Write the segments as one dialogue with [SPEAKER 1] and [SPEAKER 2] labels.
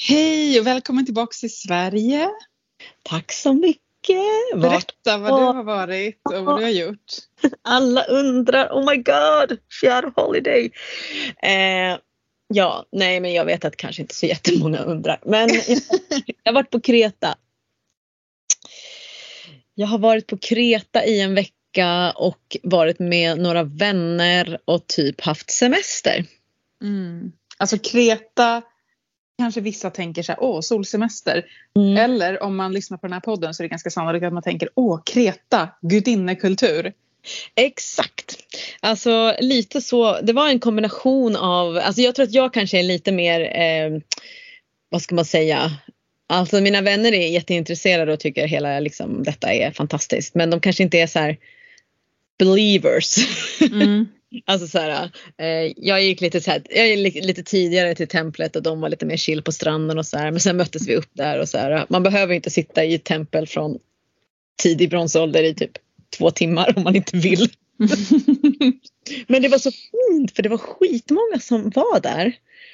[SPEAKER 1] Hej och välkommen tillbaka till Sverige.
[SPEAKER 2] Tack så mycket.
[SPEAKER 1] Berätta vad du har varit och vad du har gjort.
[SPEAKER 2] Alla undrar, oh my god, fjärde holiday. Men jag vet att kanske inte så jättemånga undrar. Men jag har varit på Kreta. Jag har varit på Kreta i en vecka och varit med några vänner och typ haft semester.
[SPEAKER 1] Alltså Kreta, kanske vissa tänker så här, solsemester. Eller om man lyssnar på den här podden så är det ganska sannolikt att man tänker, Kreta, gudinnekultur.
[SPEAKER 2] Exakt. Alltså lite så, det var en kombination av, alltså jag tror att jag kanske är lite mer, vad ska man säga? Alltså mina vänner är jätteintresserade och tycker hela liksom, detta är fantastiskt. Men de kanske inte är så här believers. Alltså så här, jag gick lite tidigare till templet och de var lite mer chill på stranden och så här, men sen möttes vi upp där och så här, man behöver inte sitta i ett tempel från tidig bronsålder i typ 2 timmar om man inte vill. Men det var så fint för det var skitmånga som var där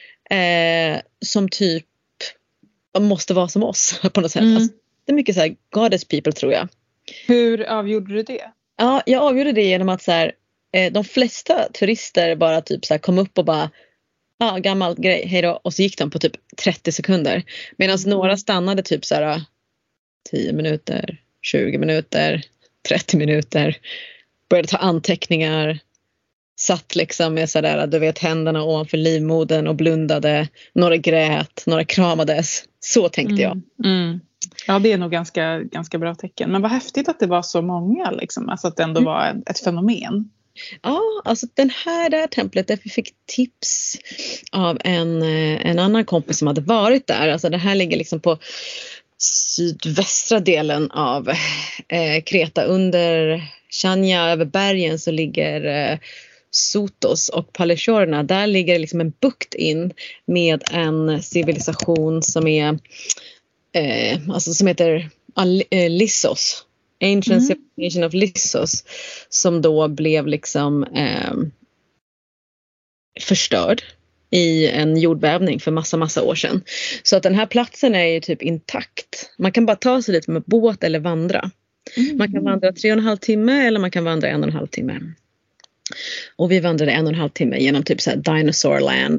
[SPEAKER 2] som typ måste vara som oss på något sätt. Alltså, det är mycket så här goddess people tror jag.
[SPEAKER 1] Hur avgjorde du det?
[SPEAKER 2] Ja, jag avgjorde det genom att så här, de flesta turister bara typ så här kom upp och bara gammal grej, hejdå. Och så gick de på typ 30 sekunder. Medan några stannade typ så här 10 minuter, 20 minuter, 30 minuter. Började ta anteckningar. Satt liksom med sådär, du vet, händerna ovanför livmodern och blundade. Några grät, några kramades. Så tänkte jag.
[SPEAKER 1] Ja, det är nog ganska bra tecken. Men vad häftigt att det var så många liksom. Alltså att det ändå var ett fenomen.
[SPEAKER 2] Ja, alltså det här templet där vi fick tips av en annan kompis som hade varit där. Alltså det här ligger liksom på sydvästra delen av Kreta. Under Chania över bergen så ligger Sotos och Paleshorna. Där ligger liksom en bukt in med en civilisation som är alltså som heter Lissos. Ancient Civilization of Lissos, som då blev liksom förstörd i en jordbävning för massa år sedan. Så att den här platsen är ju typ intakt. Man kan bara ta sig dit med båt eller vandra. Man kan vandra 3,5 timme eller man kan vandra 1,5 timme. Och vi vandrade 1,5 timme genom typ så här Dinosaur Land.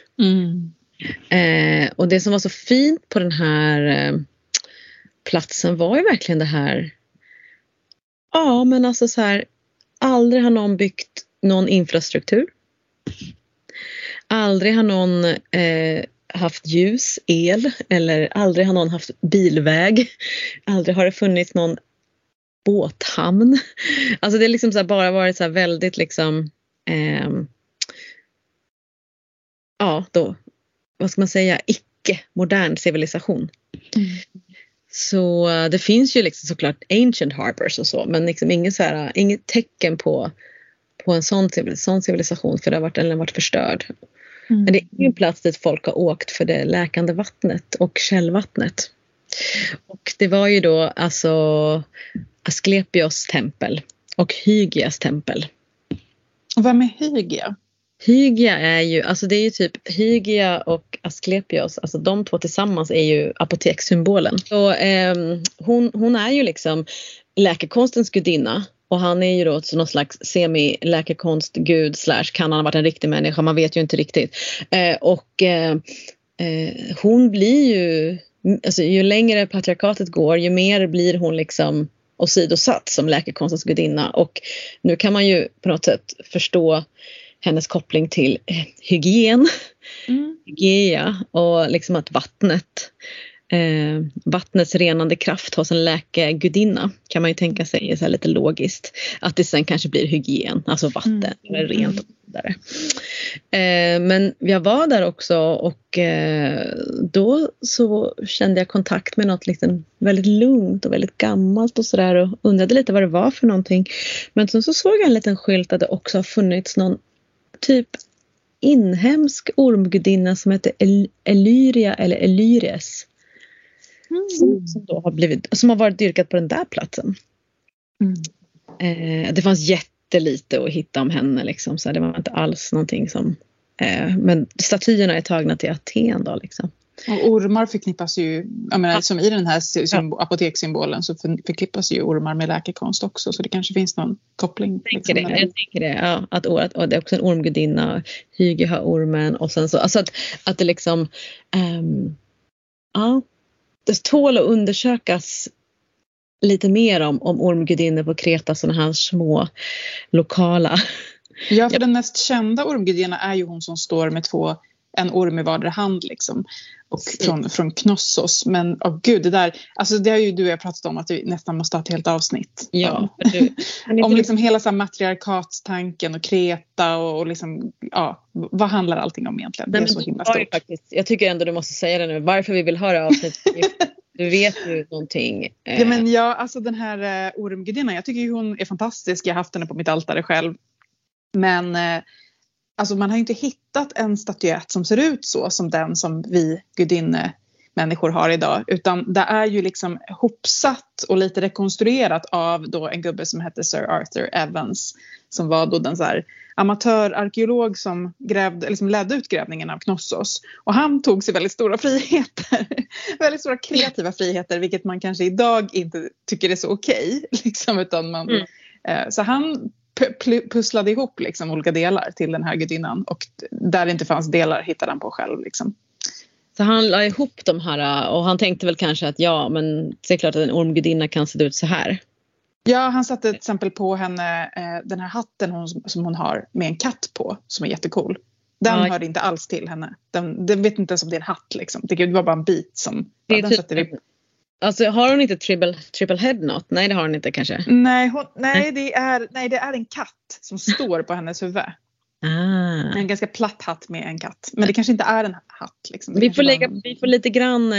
[SPEAKER 2] Och det som var så fint på den här platsen var ju verkligen det här. Ja, men alltså så här, aldrig har någon byggt någon infrastruktur. Aldrig har någon haft ljus, el, eller aldrig har någon haft bilväg. Aldrig har det funnits någon båthamn. Alltså det är liksom så här bara varit så här väldigt liksom då, vad ska man säga, icke-modern civilisation. Så det finns ju liksom såklart ancient harbors och så, men liksom inget tecken på en sån civilisation, för det har varit förstörd. Men det är en plats dit folk har åkt för det läkande vattnet och källvattnet. Och det var ju då alltså Asklepios tempel och Hygias tempel.
[SPEAKER 1] Och vem är Hygia?
[SPEAKER 2] Hygia är ju, alltså det är ju typ Hygia och Asklepios, alltså de två tillsammans är ju apotekssymbolen. Så hon är ju liksom läkekonstens gudinna, och han är ju då någon slags semi-läkekonstgud / kan han ha varit en riktig människa, man vet ju inte riktigt. Hon blir ju, alltså ju längre patriarkatet går, ju mer blir hon liksom åsidosatt som läkekonstens gudinna, och nu kan man ju på något sätt förstå hennes koppling till hygien, hygieia, och liksom att vattnets renande kraft hos en läkegudinna kan man ju tänka sig är så här lite logiskt, att det sen kanske blir hygien, alltså vatten eller rent och vidare. Men jag var där också, och då så kände jag kontakt med något liksom väldigt lugnt och väldigt gammalt och sådär, och undrade lite vad det var för någonting. Men så såg jag en liten skylt att det också har funnits någon typ inhemsk ormgudinna som heter Elyria eller Elyries. Som då har varit dyrkat på den där platsen. Det fanns jättelite att hitta om henne liksom, så det var inte alls någonting som men statyerna är tagna till Aten då liksom.
[SPEAKER 1] Och ormar förknippas ju, jag menar, som i den här apotekssymbolen så förknippas ju ormar med läkekonst också, så det kanske finns någon koppling.
[SPEAKER 2] Jag tänker det, ja, att det är också en ormgudinna, Hygge har ormen och sen så, alltså att det liksom det tål att undersökas lite mer om ormgudinnor på Kreta, sådana här små lokala.
[SPEAKER 1] Ja, för den mest kända ormgudinnan är ju hon som står med en orm i vardera hand liksom. Och från Knossos. Men gud, det där, alltså det har ju du och jag pratat om att vi nästan måste ha ett helt avsnitt.
[SPEAKER 2] Ja.
[SPEAKER 1] Om liksom hela så här matriarkatstanken och Kreta och liksom, ja, vad handlar allting om egentligen? Det är så himla stort.
[SPEAKER 2] Faktiskt, jag tycker ändå du måste säga det nu, varför vi vill höra avsnitt. Du vet ju någonting.
[SPEAKER 1] Ja, men alltså den här ormgudinnan, jag tycker ju hon är fantastisk. Jag har haft henne på mitt altare själv. Men alltså man har ju inte hittat en statyett som ser ut så som den som vi gudinne-människor har idag. Utan det är ju liksom hopsatt och lite rekonstruerat av då en gubbe som hette Sir Arthur Evans. Som var då den så här amatörarkeolog som ledde utgrävningen av Knossos. Och han tog sig väldigt stora friheter. Väldigt stora kreativa friheter, vilket man kanske idag inte tycker är så okej. Liksom, utan så han pusslade ihop liksom olika delar till den här gudinnan, och där det inte fanns delar hittade han på själv liksom.
[SPEAKER 2] Så han la ihop de här, och han tänkte väl kanske att men det är klart att en ormgudinna kan se ut så här.
[SPEAKER 1] Ja, han satte till exempel på henne den här hatten som hon har med en katt på, som är jättecool. Den hörde inte alls till henne. Den vet inte ens om det är en hatt liksom. Det var bara en bit som den sätter vi.
[SPEAKER 2] Alltså har hon inte triple head knot? Nej, det har hon inte kanske.
[SPEAKER 1] Nej, det är en katt som står på hennes huvud. En ganska platt hatt med en katt. Men det kanske inte är en hatt liksom.
[SPEAKER 2] Vi får lite grann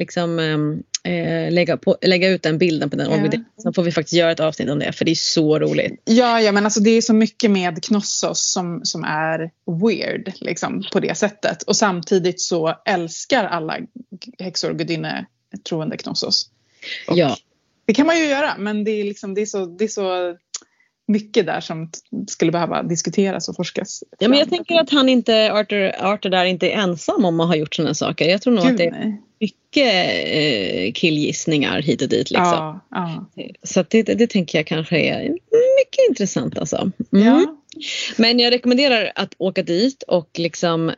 [SPEAKER 2] lägga ut den bilden på den. Så får vi faktiskt göra ett avsnitt om det, för det är så roligt.
[SPEAKER 1] Ja, men alltså det är så mycket med Knossos som är weird liksom, på det sättet. Och samtidigt så älskar alla häxor och gudinne troende Knossos. Och det kan man ju göra, men det är liksom, det är så mycket där som skulle behöva diskuteras och forskas.
[SPEAKER 2] Ja, men jag tänker att han inte Arthur där inte är ensam om att ha gjort sådana saker. Jag tror nog att det är mycket killgissningar hit och dit liksom.
[SPEAKER 1] Ja.
[SPEAKER 2] Så att det tänker jag kanske är mycket intressant alltså. Ja. Men jag rekommenderar att åka dit och liksom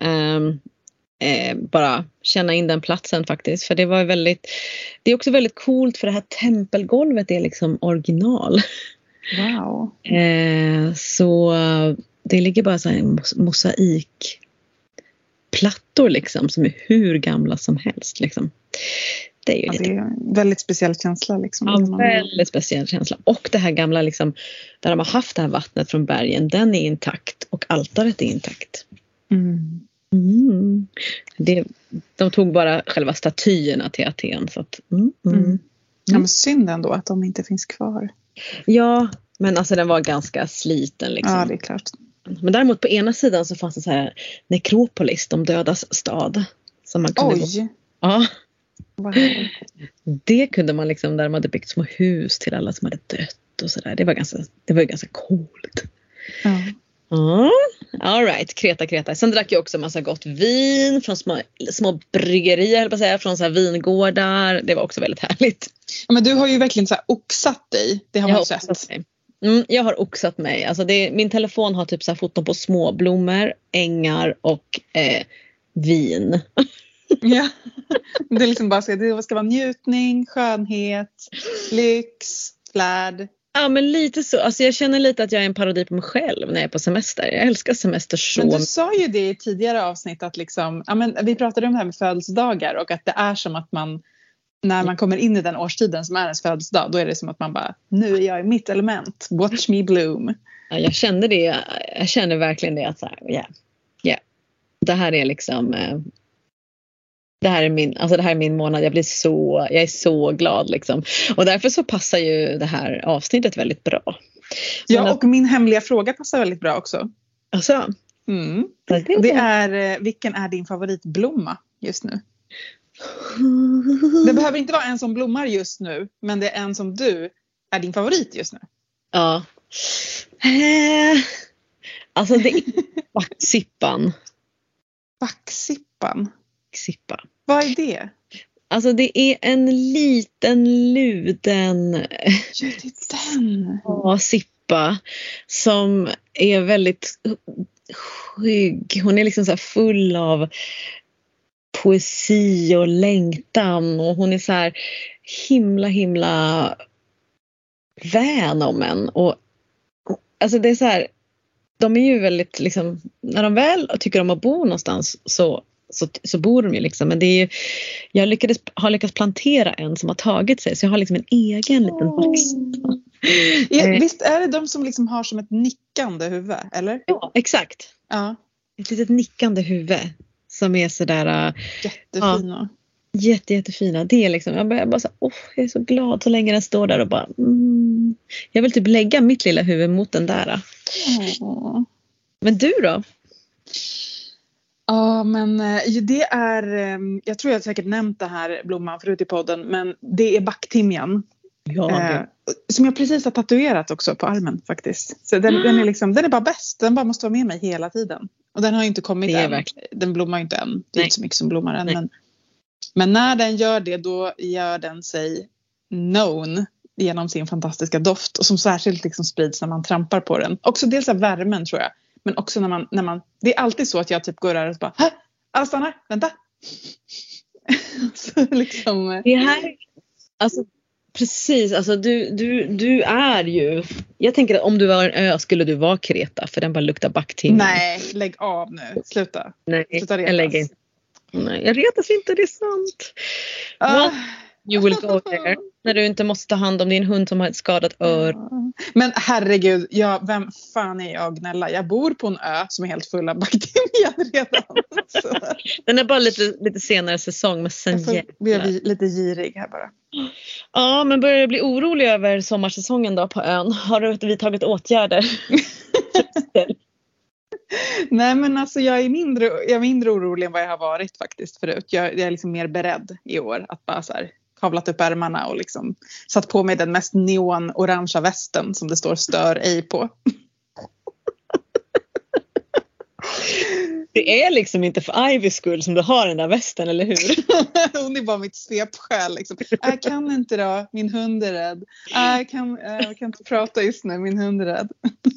[SPEAKER 2] bara känna in den platsen faktiskt, för det är också väldigt coolt, för det här tempelgolvet är liksom original.
[SPEAKER 1] Wow.
[SPEAKER 2] Så det ligger bara så här mosaikplattor liksom, som är hur gamla som helst liksom. Det är ju
[SPEAKER 1] det är en väldigt speciell känsla liksom.
[SPEAKER 2] Ja, väldigt speciell känsla. Och det här gamla liksom, där de har haft det här vattnet från bergen, den är intakt, och altaret är intakt. De tog bara själva statyerna till Aten, så att,
[SPEAKER 1] Ja, men synd ändå att de inte finns kvar.
[SPEAKER 2] Ja, men alltså den var ganska sliten liksom.
[SPEAKER 1] Ja, det är klart.
[SPEAKER 2] Men däremot på ena sidan så fanns det så här Nekropolis, de dödas stad, som man kunde gå. Ja.
[SPEAKER 1] Wow.
[SPEAKER 2] Det kunde man liksom, där man hade byggt små hus till alla som hade dött och sådär. Det var ju ganska coolt.
[SPEAKER 1] Ja.
[SPEAKER 2] All right, Kreta. Sen drack jag också en massa gott vin från små bryggerier, höll på att säga, från så här vingårdar. Det var också väldigt härligt.
[SPEAKER 1] Ja, men du har ju verkligen så här oxat dig. Det har man sett.
[SPEAKER 2] Jag har oxat mig. Alltså min telefon har typ så här foton på småblommor, ängar och vin.
[SPEAKER 1] Ja. Det är liksom bara det ska vara njutning, skönhet, lyx, flärd.
[SPEAKER 2] Ja, men lite så. Alltså jag känner lite att jag är en parodi på mig själv när jag är på semester. Jag älskar semester så.
[SPEAKER 1] Men du sa ju det i tidigare avsnitt att liksom, vi pratade om det här med födelsedagar, och att det är som att man, när man kommer in i den årstiden som är ens födelsedag, då är det som att man bara, nu är jag i mitt element, watch me bloom.
[SPEAKER 2] Ja, jag kände det. Jag känner verkligen det, att så här, det här är liksom det här är min månad. Jag är så glad liksom. Och därför så passar ju det här avsnittet väldigt bra.
[SPEAKER 1] Och min hemliga fråga passar väldigt bra också.
[SPEAKER 2] Alltså.
[SPEAKER 1] Det är, vilken är din favoritblomma just nu? Det behöver inte vara en som blommar just nu, men det är en som du är din favorit just nu.
[SPEAKER 2] Ja. Alltså det är vaxsippan.
[SPEAKER 1] Vaxsippan?
[SPEAKER 2] Sippa.
[SPEAKER 1] Vad är det?
[SPEAKER 2] Alltså det är en liten luden
[SPEAKER 1] Ja, det är den.
[SPEAKER 2] sippa som är väldigt skygg. Hon är liksom så här full av poesi och längtan och hon är så här himla vän om en. Och alltså det är så här, de är ju väldigt liksom, när de väl tycker om att bo någonstans så bor de ju liksom, men det är ju, jag har lyckats plantera en som har tagit sig, så jag har liksom en egen liten vaxta.
[SPEAKER 1] Visst är det de som liksom har som ett nickande huvud, eller?
[SPEAKER 2] Ja, exakt.
[SPEAKER 1] Ja.
[SPEAKER 2] Ett litet nickande huvud som är sådär
[SPEAKER 1] jättefina.
[SPEAKER 2] Jättefina. Det är liksom, jag bara så, jag är så glad så länge den står där och bara jag vill typ lägga mitt lilla huvud mot den där. Men du då?
[SPEAKER 1] Ja, men det är, jag tror jag säkert nämnt det här blomman förut i podden, men det är backtimjan.
[SPEAKER 2] Ja,
[SPEAKER 1] som jag precis har tatuerat också på armen faktiskt. Så den är liksom, den är bara bäst. Den bara måste vara med mig hela tiden. Och den har ju inte kommit än. Verkligen. Den blommar ju inte än. Det är inte så mycket som blommar än. Men när den gör det, då gör den sig known genom sin fantastiska doft. Och som särskilt liksom sprids när man trampar på den. Också dels av värmen, tror jag. Men också när man det är alltid så att jag typ går där och bara, alla stannar, vänta. Så liksom.
[SPEAKER 2] Det här, alltså precis, alltså du är ju, jag tänker att om du var en ö skulle du vara Kreta, för den bara luktar backtimjan.
[SPEAKER 1] Nej, lägg av nu, sluta.
[SPEAKER 2] Nej,
[SPEAKER 1] sluta
[SPEAKER 2] jag lägger inte. Nej, jag retas inte, det är sant. You will go there. När du inte måste ta hand om din hund som har ett skadat ör.
[SPEAKER 1] Men herregud, vem fan är jag gnälla? Jag bor på en ö som är helt full av bakterier redan. Så.
[SPEAKER 2] Den är bara lite senare säsong. Men sen
[SPEAKER 1] blir lite girig här bara.
[SPEAKER 2] Ja, men börjar du bli orolig över sommarsäsongen då på ön? Har du vidtagit åtgärder?
[SPEAKER 1] Nej, men alltså jag är mindre orolig än vad jag har varit faktiskt förut. Jag är liksom mer beredd i år att bara så här kavlat upp ärmarna och liksom satt på mig den mest neonorangea västen som det står stör ej på.
[SPEAKER 2] Det är liksom inte för Ivys skull som du har den där västen, eller hur?
[SPEAKER 1] Hon är bara mitt svepskäl liksom. Jag kan inte då, min hund är rädd. Jag kan inte prata just nu, min hund är rädd.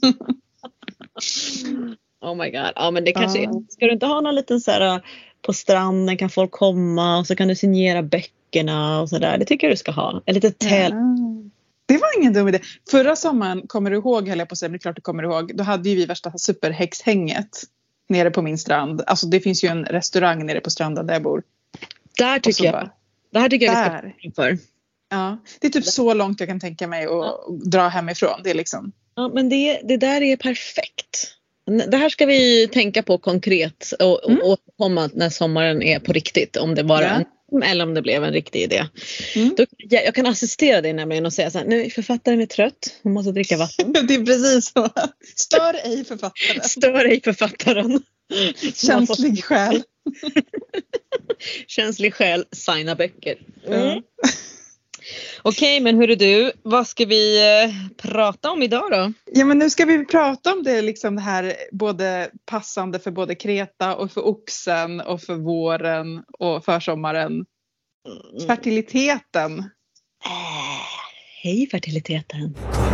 [SPEAKER 2] Oh my god. Ja, men det kanske är. Ska du inte ha någon liten så här på stranden kan folk komma och så kan du signera böckerna och så där. Det tycker jag du ska ha. En litet tält. Ja.
[SPEAKER 1] Det var ingen dum idé. Förra sommaren, kommer du ihåg, höll jag på att säga, men det är klart du kommer ihåg. Då hade ju vi värsta superhäxhänget nere på min strand. Alltså det finns ju en restaurang nere på stranden där jag bor.
[SPEAKER 2] Där tycker jag. Det här tycker jag vi ska för.
[SPEAKER 1] Ja, det är typ så långt jag kan tänka mig att dra hemifrån. Det är liksom.
[SPEAKER 2] Ja, men det där är perfekt. Det här ska vi tänka på konkret och återkomma när sommaren är på riktigt. Om det bara eller om det blev en riktig idé. Jag kan assistera dig nämligen och säga så här: nu författaren är trött, hon måste dricka vatten.
[SPEAKER 1] Det är precis så. Stör ej författaren.
[SPEAKER 2] Stör ej författaren.
[SPEAKER 1] Känslig själ.
[SPEAKER 2] Känslig själ, signa böcker. Okej, men hur är du? Vad ska vi prata om idag då?
[SPEAKER 1] Ja, men nu ska vi prata om det, liksom det här både passande för både Kreta och för oxen och för våren och försommaren. Fertiliteten.
[SPEAKER 2] Hej fertiliteten.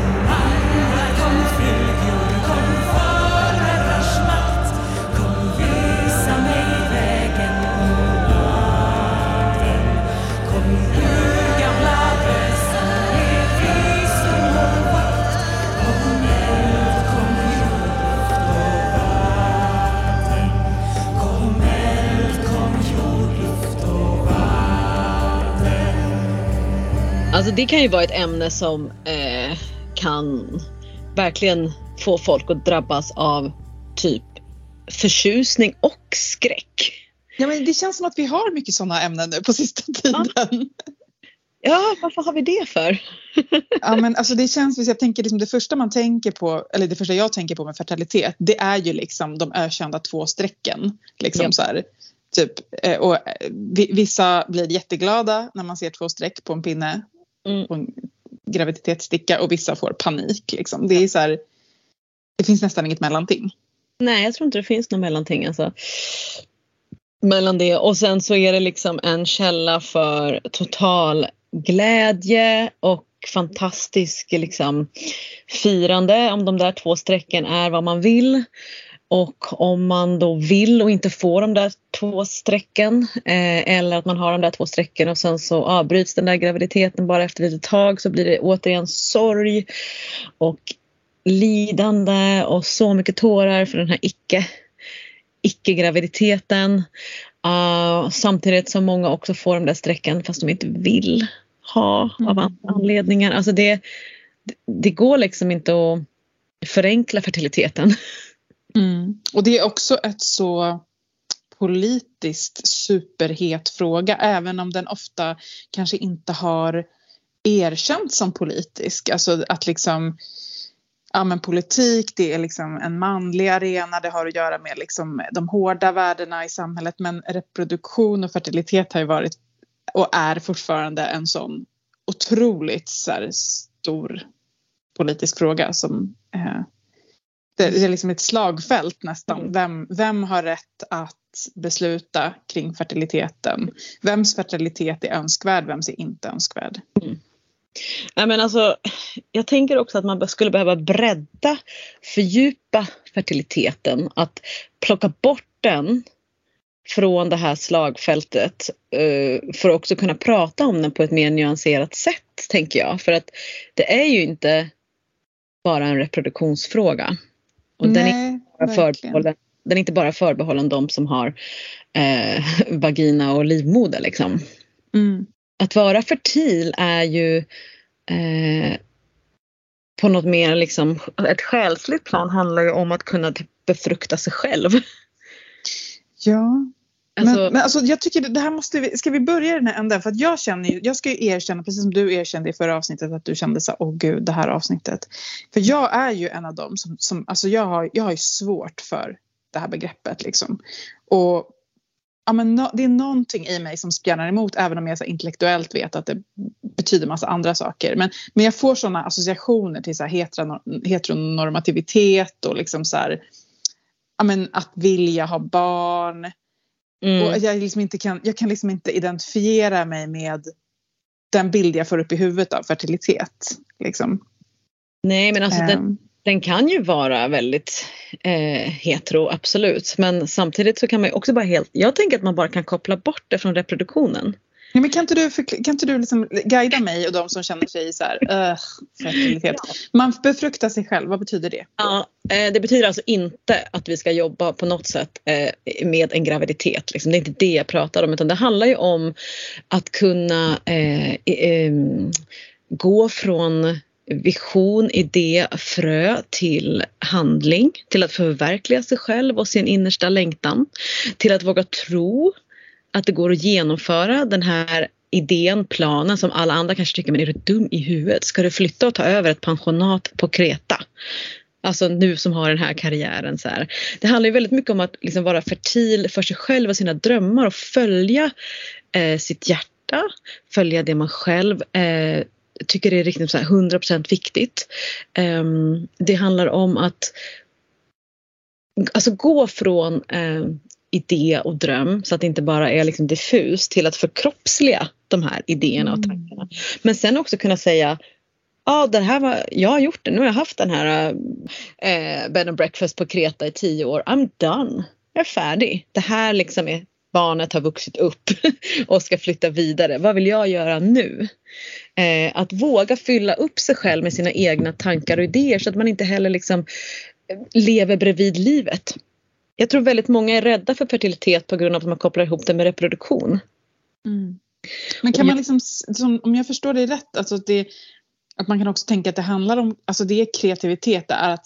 [SPEAKER 2] Alltså det kan ju vara ett ämne som kan verkligen få folk att drabbas av typ förtjusning och skräck.
[SPEAKER 1] Ja, men det känns som att vi har mycket sådana ämnen nu på sista tiden.
[SPEAKER 2] Ja, varför har vi det för?
[SPEAKER 1] Ja, men alltså det känns, jag tänker liksom det första man tänker på, eller det första jag tänker på med fertilitet, det är ju liksom de ökända 2 strecken. Liksom så här. Typ, och vissa blir jätteglada när man ser 2 streck på en pinne. På en graviditetssticka, och vissa får panik liksom. Det är så här, det finns nästan inget mellanting.
[SPEAKER 2] Nej, jag tror inte det finns något mellanting alltså. mellan det. Och sen så är det liksom en källa för total glädje och fantastisk liksom firande om de där 2 strecken är vad man vill. Och om man då vill och inte får de där 2 strecken eller att man har de där 2 strecken och sen så avbryts den där graviditeten bara efter ett tag, så blir det återigen sorg och lidande och så mycket tårar för den här icke-graviditeten. Samtidigt som många också får de där strecken fast de inte vill ha av andra anledningar. Alltså det går liksom inte att förenkla fertiliteten.
[SPEAKER 1] Och det är också ett så politiskt superhet fråga, även om den ofta kanske inte har erkänts som politisk. Alltså att liksom, ja men politik, det är liksom en manlig arena, det har att göra med liksom de hårda värdena i samhället, men reproduktion och fertilitet har ju varit och är fortfarande en sån otroligt så här, stor politisk fråga som det är liksom ett slagfält nästan. Vem har rätt att besluta kring fertiliteten? Vems fertilitet är önskvärd, vems är inte önskvärd?
[SPEAKER 2] Ja, men alltså, jag tänker också att man skulle behöva fördjupa fertiliteten. Att plocka bort den från det här slagfältet för att också kunna prata om den på ett mer nyanserat sätt, tänker jag. För att det är ju inte bara en reproduktionsfråga. Och
[SPEAKER 1] Nej,
[SPEAKER 2] den är inte bara förbehållen de som har vagina och livmoder liksom. Att vara fertil är ju på något mer liksom, ett själsligt plan handlar ju om att kunna typ befrukta sig själv.
[SPEAKER 1] Ja. Men alltså, jag tycker det här ska vi börja i den här änden, för att jag ska ju erkänna, precis som du erkände i förra avsnittet, att du kände så, åh gud, det här avsnittet. För jag är ju en av dem som alltså jag har ju svårt för det här begreppet liksom. Och ja, men det är någonting i mig som spjärnar emot, även om jag så intellektuellt vet att det betyder massa andra saker. Men jag får sådana associationer till så här heteronormativitet och liksom så här, ja, men att vilja ha barn. Och jag kan liksom inte identifiera mig med den bild jag får upp i huvudet av fertilitet. Liksom.
[SPEAKER 2] Nej, men alltså den kan ju vara väldigt hetero, absolut. Men samtidigt så kan man ju också bara jag tänker att man bara kan koppla bort det från reproduktionen.
[SPEAKER 1] Ja, men kan inte du liksom guida mig och de som känner sig så här fertilitet? Man befruktar sig själv, vad betyder det?
[SPEAKER 2] Ja, det betyder alltså inte att vi ska jobba på något sätt med en graviditet. Liksom. Det är inte det jag pratar om, utan det handlar ju om att kunna gå från vision, idé, frö till handling, till att förverkliga sig själv och sin innersta längtan, till att våga tro att det går att genomföra den här idén, planen som alla andra kanske tycker, men är du dum i huvudet? Ska du flytta och ta över ett pensionat på Kreta? Alltså nu som har den här karriären så här. Det handlar ju väldigt mycket om att liksom vara fertil för sig själv och sina drömmar och följa sitt hjärta, följa det man själv tycker det är riktigt så här 100% viktigt. Det handlar om att alltså gå från idé och dröm, så att det inte bara är liksom diffus, till att förkroppsliga de här idéerna och tankarna. Men sen också kunna säga, jag har gjort det, nu har jag haft den här bed and breakfast på Kreta i 10 år, I'm done, jag är färdig. Det här liksom är, barnet har vuxit upp och ska flytta vidare. Vad vill jag göra nu? Att våga fylla upp sig själv med sina egna tankar och idéer, så att man inte heller liksom lever bredvid livet. Jag tror väldigt många är rädda för fertilitet på grund av att man kopplar ihop det med reproduktion.
[SPEAKER 1] Men kan man liksom, om jag förstår det rätt, alltså att man kan också tänka att det handlar om, alltså det är kreativitet, det är att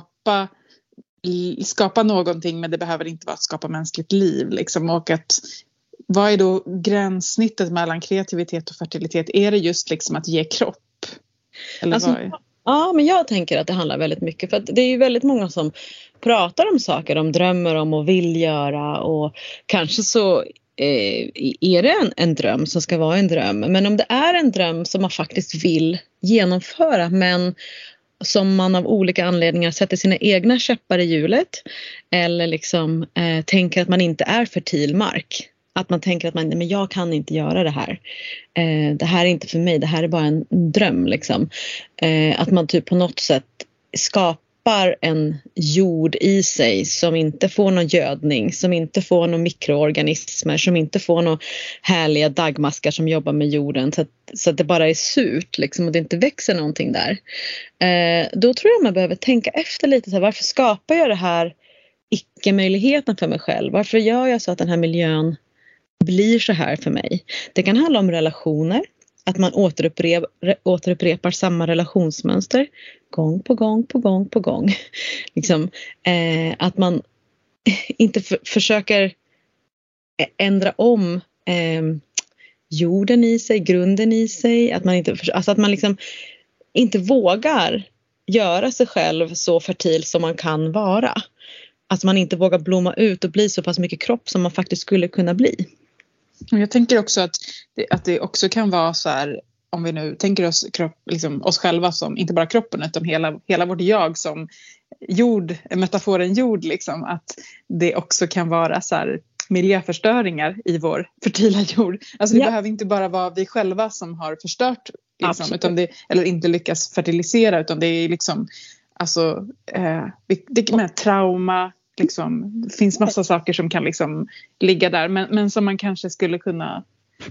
[SPEAKER 1] skapa någonting, men det behöver inte vara att skapa mänskligt liv liksom. Och att vad är då gränssnittet mellan kreativitet och fertilitet? Är det just liksom att ge kropp? Eller
[SPEAKER 2] alltså,
[SPEAKER 1] vad är?
[SPEAKER 2] Ja, men jag tänker att det handlar väldigt mycket, för att det är ju väldigt många som pratar om saker de drömmer om och vill göra, och kanske så är det en dröm som ska vara en dröm. Men om det är en dröm som man faktiskt vill genomföra, men som man av olika anledningar sätter sina egna käppar i hjulet. Eller liksom tänker att man inte är fertil mark. Att man tänker att men jag kan inte göra det här. Det här är inte för mig, det här är bara en dröm liksom. Att man typ på något sätt skapar en jord i sig som inte får någon gödning, som inte får några mikroorganismer, som inte får några härliga dagmaskar som jobbar med jorden, så att det bara är surt liksom, och det inte växer någonting där. Då tror jag man behöver tänka efter lite så här, varför skapar jag det här icke-möjligheten för mig själv? Varför gör jag så att den här miljön blir så här för mig? Det kan handla om relationer. Att man återupprepar samma relationsmönster gång på gång. Liksom, att man inte försöker ändra om jorden i sig, grunden i sig. Att man liksom inte vågar göra sig själv så fertil som man kan vara. Att man inte vågar blomma ut och bli så pass mycket kropp som man faktiskt skulle kunna bli.
[SPEAKER 1] Jag tänker också att det också kan vara så här, om vi nu tänker oss liksom oss själva som inte bara kroppen utan hela vårt jag som jord, metaforen jord liksom, att det också kan vara så här miljöförstöringar i vår fertila jord. Alltså det behöver inte bara vara vi själva som har förstört liksom, utan eller inte lyckas fertilisera, utan det är liksom alltså det med trauma liksom, det finns massa saker som kan liksom ligga där, men som man kanske skulle kunna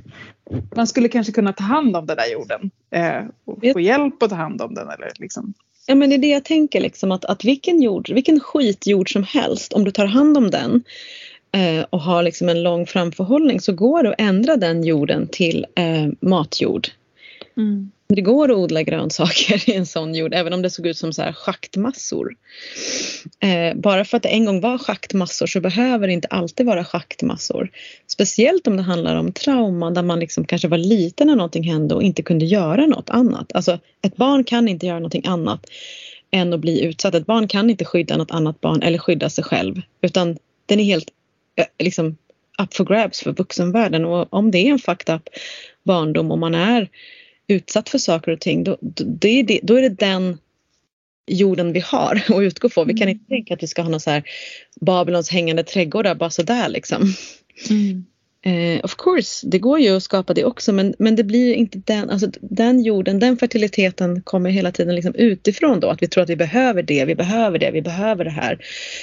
[SPEAKER 1] ta hand om den där jorden och få hjälp att ta hand om den eller liksom.
[SPEAKER 2] Ja, men det är det jag tänker liksom, att vilken skitjord som helst, om du tar hand om den och har liksom en lång framförhållning, så går det att ändra den jorden till matjord. Mm. Det går att odla grönsaker i en sån jord, även om det såg ut som så här schaktmassor. Bara för att det en gång var schaktmassor så behöver det inte alltid vara schaktmassor. Speciellt om det handlar om trauma där man liksom kanske var liten när någonting hände och inte kunde göra något annat. Alltså ett barn kan inte göra någonting annat än att bli utsatt. Ett barn kan inte skydda något annat barn eller skydda sig själv. Utan den är helt liksom up for grabs för vuxenvärlden. Och om det är en fucked up barndom och man är utsatt för saker och ting, då är det den jorden vi har att utgå från. Vi kan inte tänka att vi ska ha någon så här Babylons hängande trädgårdar bara så där liksom. Of course, det går ju att skapa det också, men det blir inte den jorden, den fertiliteten kommer hela tiden liksom utifrån då, att vi tror att vi behöver det här.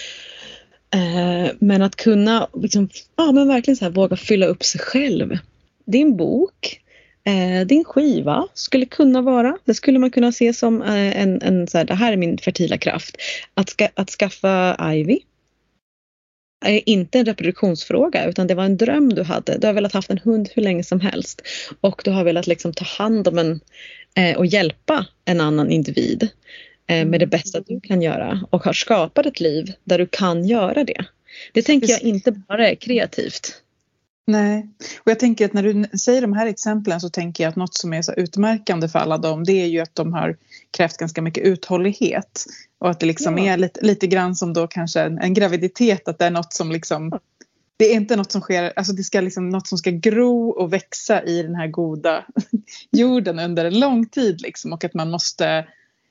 [SPEAKER 2] Men att kunna liksom, men verkligen så här våga fylla upp sig själv. Din bok, din skiva skulle kunna vara, det skulle man kunna se som en så här, det här är min fertila kraft. Att skaffa Ivy är inte en reproduktionsfråga, utan det var en dröm du hade. Du har velat haft en hund hur länge som helst, och du har velat liksom ta hand om och hjälpa en annan individ med det bästa du kan göra, och har skapat ett liv där du kan göra det. Det tänker jag inte bara är kreativt.
[SPEAKER 1] Nej, och jag tänker att när du säger de här exemplen så tänker jag att något som är så utmärkande för alla dem, det är ju att de har krävt ganska mycket uthållighet. Och att det liksom är lite grann som då kanske en graviditet, att det är något som liksom, det är inte något som sker, alltså det ska liksom något som ska gro och växa i den här goda jorden under en lång tid liksom, och att man måste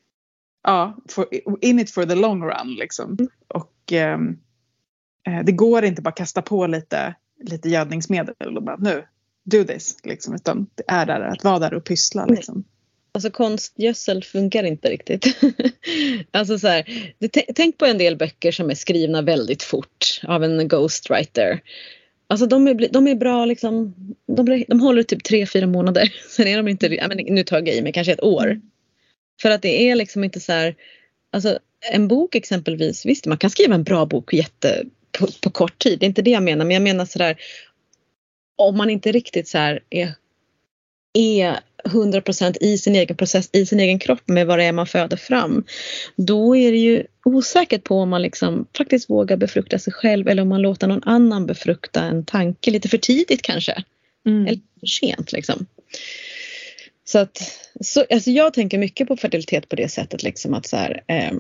[SPEAKER 1] in it for the long run liksom. Och det går inte bara kasta på lite gödningsmedel och bara nu, do this liksom, utan det är där att vara där och pyssla liksom.
[SPEAKER 2] Alltså konstgödsel funkar inte riktigt. Alltså så här, tänk på en del böcker som är skrivna väldigt fort av en ghostwriter. Alltså de är bra liksom, de håller typ 3-4 månader. Sen är de inte, nu tar jag i mig kanske ett år. För att det är liksom inte så här, alltså en bok exempelvis, visst man kan skriva en bra bok på kort tid, det är inte det jag menar, men jag menar så där, om man inte riktigt så här är 100% i sin egen process, i sin egen kropp med vad det är man föder fram, då är det ju osäkert på om man liksom faktiskt vågar befrukta sig själv, eller om man låter någon annan befrukta en tanke lite för tidigt kanske, eller för sent liksom. Så alltså jag tänker mycket på fertilitet på det sättet liksom, att så här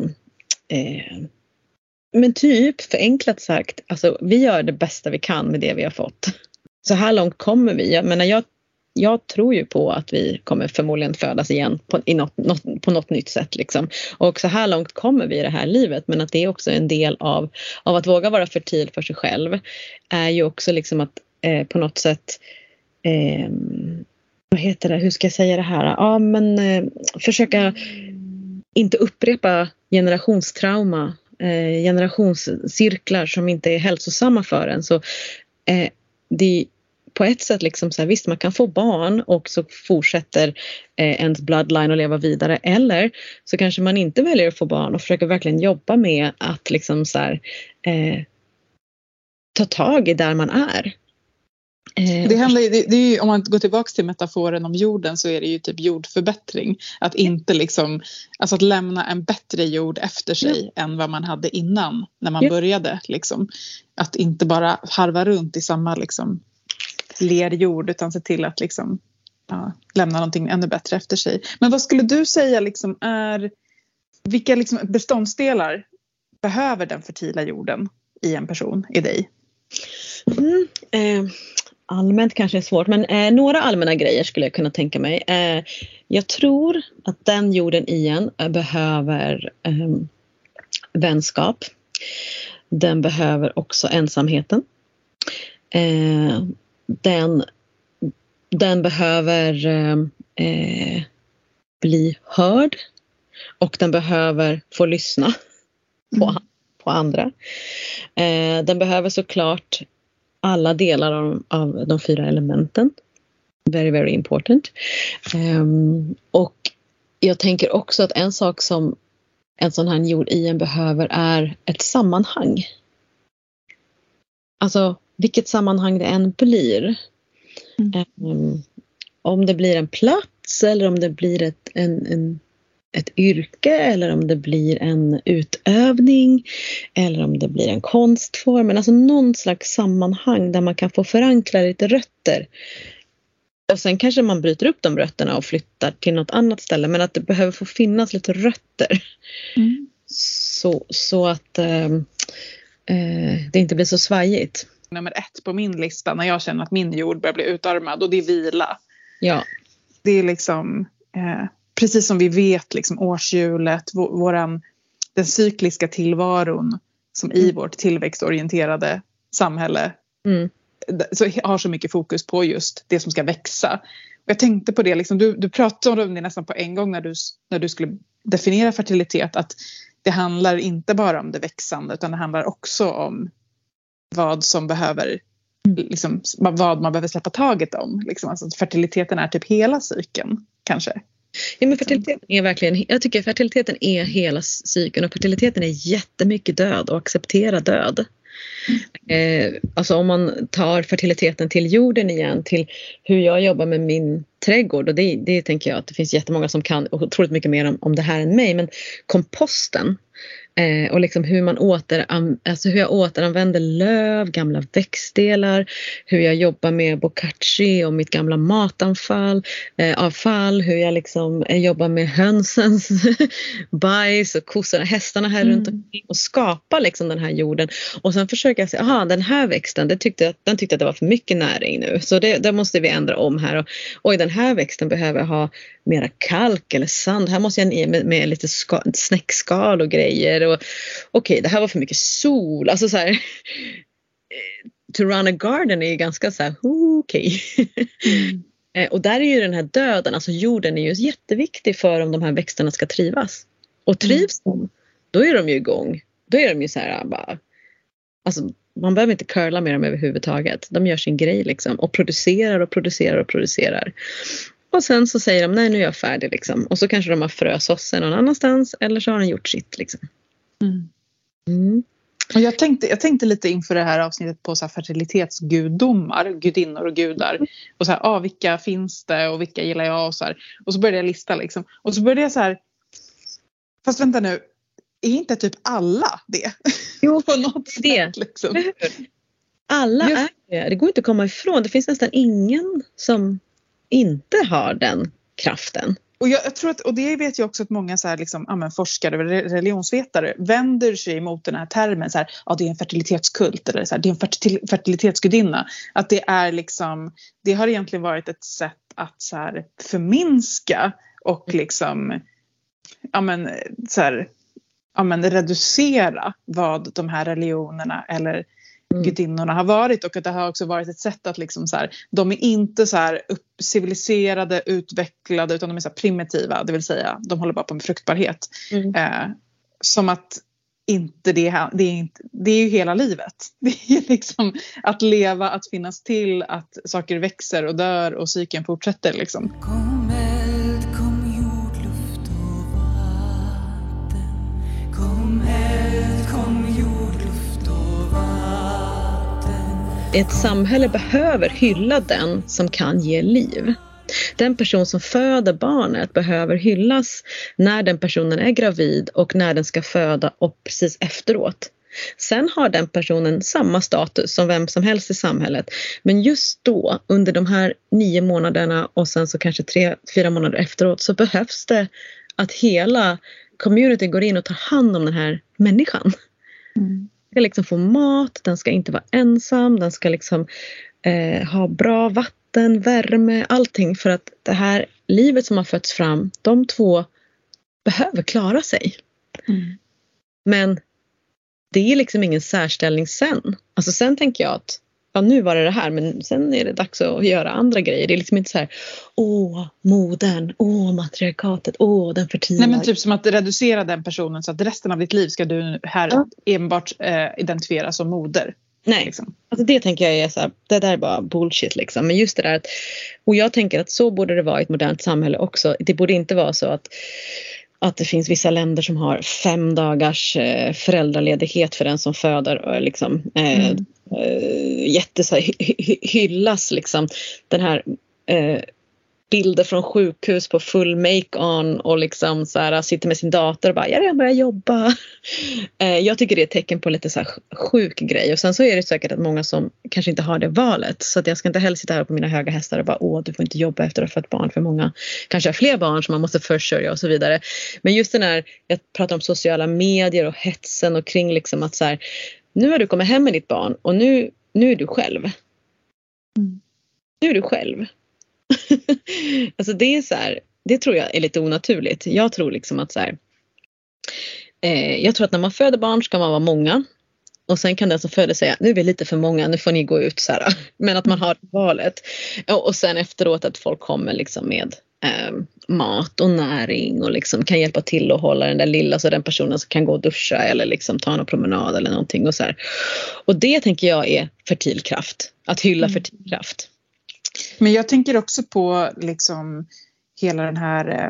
[SPEAKER 2] men typ förenklat sagt, alltså vi gör det bästa vi kan med det vi har fått. Så här långt kommer vi. Jag menar, jag jag tror ju på att vi kommer förmodligen födas igen på något nytt sätt liksom. Och så här långt kommer vi i det här livet, men att det är också en del av att våga vara fertil för sig själv är ju också liksom att på något sätt vad heter det, hur ska jag säga det här? Ja, men försöka inte upprepa generationstrauma, generationscirklar som inte är hälsosamma för en. Så det på ett sätt liksom så här, visst man kan få barn och så fortsätter ens bloodline att leva vidare, eller så kanske man inte väljer att få barn och försöker verkligen jobba med att liksom så här, ta tag i där man är.
[SPEAKER 1] Det är ju, om man går tillbaka till metaforen om jorden, så är det ju typ jordförbättring. Att inte liksom, alltså att lämna en bättre jord efter sig än vad man hade innan när man började liksom. Att inte bara harva runt i samma liksom lerjord, utan se till att liksom lämna någonting ännu bättre efter sig. Men vad skulle du säga liksom vilka liksom beståndsdelar behöver den fertila jorden i en person, i dig?
[SPEAKER 2] Allmänt kanske är svårt, men några allmänna grejer skulle jag kunna tänka mig. Jag tror att den jorden igen behöver vänskap. Den behöver också ensamheten. Den behöver bli hörd, och den behöver få lyssna på andra. Den behöver såklart alla delar av de 4 elementen. Very, very important. Och jag tänker också att en sak som en sån här jord i en behöver är ett sammanhang. Alltså vilket sammanhang det än blir. Om det blir en plats, eller om det blir ett yrke, eller om det blir en utövning, eller om det blir en konstform, men alltså någon slags sammanhang där man kan få förankra lite rötter. Och sen kanske man bryter upp de rötterna och flyttar till något annat ställe, men att det behöver få finnas lite rötter. Så att det inte blir så svajigt.
[SPEAKER 1] Nummer 1 på min lista när jag känner att min jord börjar bli utarmad, och det är vila.
[SPEAKER 2] Ja.
[SPEAKER 1] Det är liksom precis som vi vet liksom årshjulet, den cykliska tillvaron som i vårt tillväxtorienterade samhälle så har så mycket fokus på just det som ska växa. Och jag tänkte på det liksom, du pratade om det nästan på en gång när du skulle definiera fertilitet, att det handlar inte bara om det växande, utan det handlar också om vad som behöver liksom, vad man behöver släppa taget om liksom. Alltså fertiliteten är typ hela cykeln kanske.
[SPEAKER 2] Ja, men fertiliteten är verkligen, jag tycker fertiliteten är hela cykeln, och fertiliteten är jättemycket död och acceptera död. Alltså om man tar fertiliteten till jorden igen, till hur jag jobbar med min trädgård, och det tänker jag att det finns jättemånga som kan otroligt mycket mer om det här än mig, men komposten och liksom hur jag återanvänder löv, gamla växtdelar, hur jag jobbar med bokashi och mitt gamla avfall, hur jag liksom jobbar med hönsens bajs och kossorna, hästarna här runt omkring, och skapa liksom den här jorden. Och sen försöker jag säga, den här växten, den tyckte att det var för mycket näring nu, så det måste vi ändra om här, och den här växten behöver ha mera kalk eller sand, här måste jag med lite snäckskal och grejer, och okej, det här var för mycket sol, alltså så här, to run a garden är ju ganska så här okej. Och där är ju den här döden, alltså jorden är ju jätteviktig för om de här växterna ska trivas, och trivs de, då är de ju igång, då är de ju så här bara, alltså man behöver inte curla med dem överhuvudtaget, de gör sin grej liksom, och producerar. Och sen så säger de, nej nu är jag färdig liksom. Och så kanske de har frösåsen någon annanstans, eller så har de gjort sitt liksom.
[SPEAKER 1] Och jag tänkte lite inför det här avsnittet på så här fertilitetsgudomar, gudinnor och gudar. Och så här, vilka finns det och vilka gillar jag och så här. Och så började jag lista liksom. Och så började jag så här, fast vänta nu, är inte typ alla det?
[SPEAKER 2] Jo,
[SPEAKER 1] på något sätt liksom.
[SPEAKER 2] Alla är det. Det går inte att komma ifrån. Det finns nästan ingen som inte har den kraften. Och
[SPEAKER 1] jag tror och det vet jag också att många så här liksom, forskare och religionsvetare vänder sig mot den här termen så här, det är en fertilitetskult, eller så här, det är en fertilitetsgudinna. Att det är liksom, det har egentligen varit ett sätt att så här förminska och liksom reducera vad de här religionerna eller gudinnorna har varit, och att det har också varit ett sätt att liksom så här, de är inte så här civiliserade, utvecklade, utan de är så här primitiva, det vill säga de håller bara på med fruktbarhet. Som att inte det är ju hela livet. Det är liksom att leva, att finnas till, att saker växer och dör och cykeln fortsätter liksom.
[SPEAKER 3] Kom eld, kom jord, luft och vatten. Kom eld, kom jord, luft och vatten.
[SPEAKER 2] Ett samhälle behöver hylla den som kan ge liv. Den person som föder barnet behöver hyllas när den personen är gravid och när den ska föda och precis efteråt. Sen har den personen samma status som vem som helst i samhället. Men just då, under de här 9 månaderna och sen så kanske 3-4 månader efteråt, så behövs det att hela community går in och tar hand om den här människan. Den ska liksom få mat, den ska inte vara ensam, den ska liksom ha bra vatten, värme, allting, för att det här livet som har fötts fram, de två behöver klara sig. Men det är liksom ingen särställning sen. Alltså sen tänker jag att nu var det här, men sen är det dags att göra andra grejer. Det är liksom inte så här, modern, matriarkatet, den förtida.
[SPEAKER 1] Nej, men typ som att reducera den personen så att resten av ditt liv ska du här enbart identifiera som moder.
[SPEAKER 2] Nej, liksom. Alltså det tänker jag är så här, det där är bara bullshit liksom. Men just det där och jag tänker att så borde det vara i ett modernt samhälle också. Det borde inte vara så att det finns vissa länder som har 5 dagars föräldraledighet för den som föder och liksom hyllas liksom den här bilder från sjukhus på full make-on och liksom så här, sitter med sin dator och bara, jag börjar jobba. Jag tycker det är ett tecken på lite så här sjuk grej. Och sen så är det säkert att många som kanske inte har det valet. Så att jag ska inte heller sitta här på mina höga hästar och bara, du får inte jobba efter att ha fått barn. För många kanske har fler barn som man måste försörja och så vidare. Men just den här, jag pratar om sociala medier och hetsen och kring liksom att så här, nu har du kommit hem med ditt barn och nu är du själv. Nu är du själv. Alltså det är så här, det tror jag är lite onaturligt. Jag tror liksom att så här, jag tror att när man föder barn ska man vara många. Och sen kan den som föder säga, nu är vi lite för många, nu får ni gå ut så här. Men att man har valet. Och sen efteråt att folk kommer liksom med mat och näring och liksom kan hjälpa till att hålla den där lilla, så den personen som kan gå och duscha eller liksom ta en promenad eller någonting och så här. Och det tänker jag är fertil kraft. Att hylla fertil kraft.
[SPEAKER 1] Men jag tänker också på liksom hela den här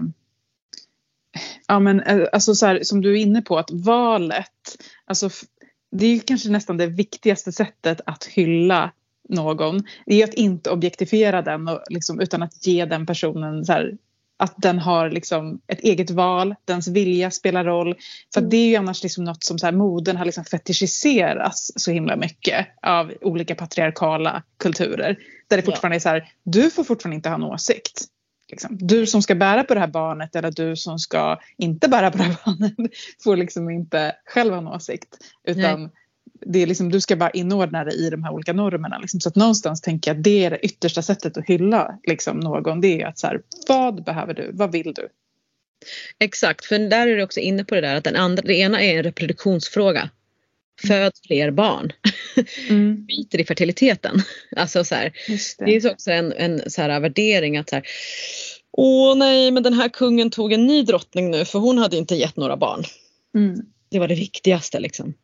[SPEAKER 1] alltså så här, som du är inne på, att valet, alltså det är ju kanske nästan det viktigaste sättet att hylla någon. Det är att inte objektifiera den och liksom, utan att ge den personen så här, att den har liksom ett eget val, dens vilja spelar roll. För det är ju annars liksom något som så här, moden har liksom fetischiserats så himla mycket av olika patriarkala kulturer. Där det fortfarande är så här, du får fortfarande inte ha en åsikt. Liksom. Du som ska bära på det här barnet eller du som ska inte bära på det här barnet får liksom inte själv ha en åsikt. Utan det är liksom, du ska bara inordna dig i de här olika normerna. Liksom. Så att någonstans tänker jag att det är det yttersta sättet att hylla liksom, någon. Det är att så här, vad behöver du? Vad vill du?
[SPEAKER 2] Exakt, för där är det också inne på det där att det ena är en reproduktionsfråga. Föd fler barn. Biter i fertiliteten. Alltså så här, det är också en så här värdering att så här, nej, men den här kungen tog en ny drottning nu för hon hade inte gett några barn. Det var det viktigaste liksom.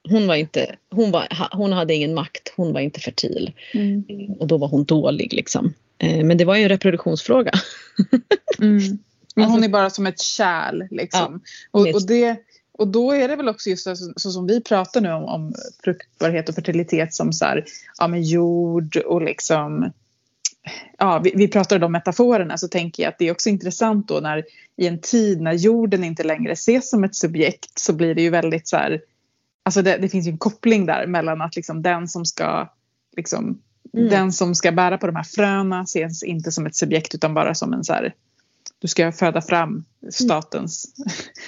[SPEAKER 2] Hon hade ingen makt, hon var inte fertil. Och då var hon dålig liksom. Men det var ju en reproduktionsfråga.
[SPEAKER 1] Men hon är bara som ett kärl liksom. Och då är det väl också just så som vi pratar nu om fruktbarhet och fertilitet som så här, med jord och liksom, vi pratar om metaforerna, så tänker jag att det är också intressant då när i en tid när jorden inte längre ses som ett subjekt, så blir det ju väldigt så här, alltså det finns ju en koppling där mellan att liksom den som ska liksom, den som ska bära på de här fröna ses inte som ett subjekt utan bara som en så här, du ska föda fram statens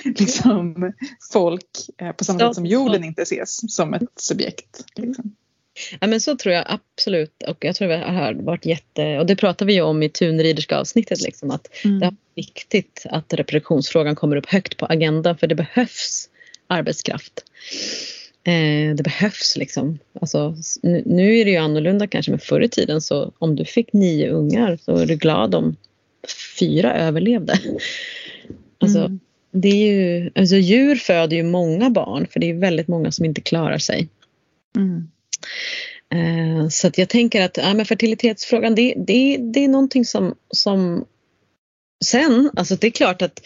[SPEAKER 1] liksom, folk på samma sätt som jorden inte ses som ett subjekt. Liksom.
[SPEAKER 2] Ja, men så tror jag absolut, och jag tror det har varit och det pratar vi ju om i tunriderska avsnittet liksom, att det är viktigt att reproduktionsfrågan kommer upp högt på agendan, för det behövs arbetskraft. Det behövs liksom, alltså, nu är det ju annorlunda kanske, men förr i tiden så om du fick 9 ungar så är du glad om 4 överlevde. Alltså det är ju, alltså djur föder ju många barn, för det är väldigt många som inte klarar sig. Så att jag tänker att men fertilitetsfrågan, det är någonting som sen, alltså det är klart att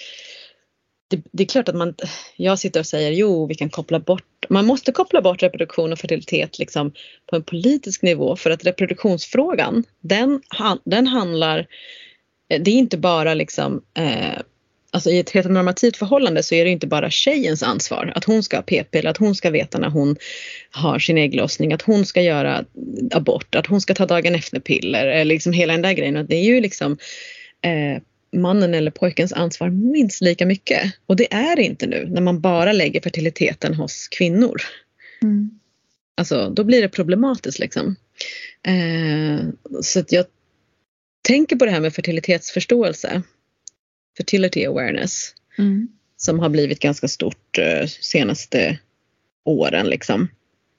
[SPEAKER 2] jag sitter och säger vi kan man måste koppla bort reproduktion och fertilitet liksom på en politisk nivå, för att reproduktionsfrågan den handlar, det är inte bara liksom alltså i ett heteronormativt förhållande så är det inte bara tjejens ansvar att hon ska ha p-piller, att hon ska veta när hon har sin ägglossning, att hon ska göra abort, att hon ska ta dagen efter piller, liksom hela den där grejen. Och det är ju liksom mannen eller pojkens ansvar minst lika mycket. Och det är det inte nu när man bara lägger fertiliteten hos kvinnor. Alltså då blir det problematiskt liksom. Så att jag tänker på det här med fertilitetsförståelse. Fertility awareness. Som har blivit ganska stort senaste åren liksom.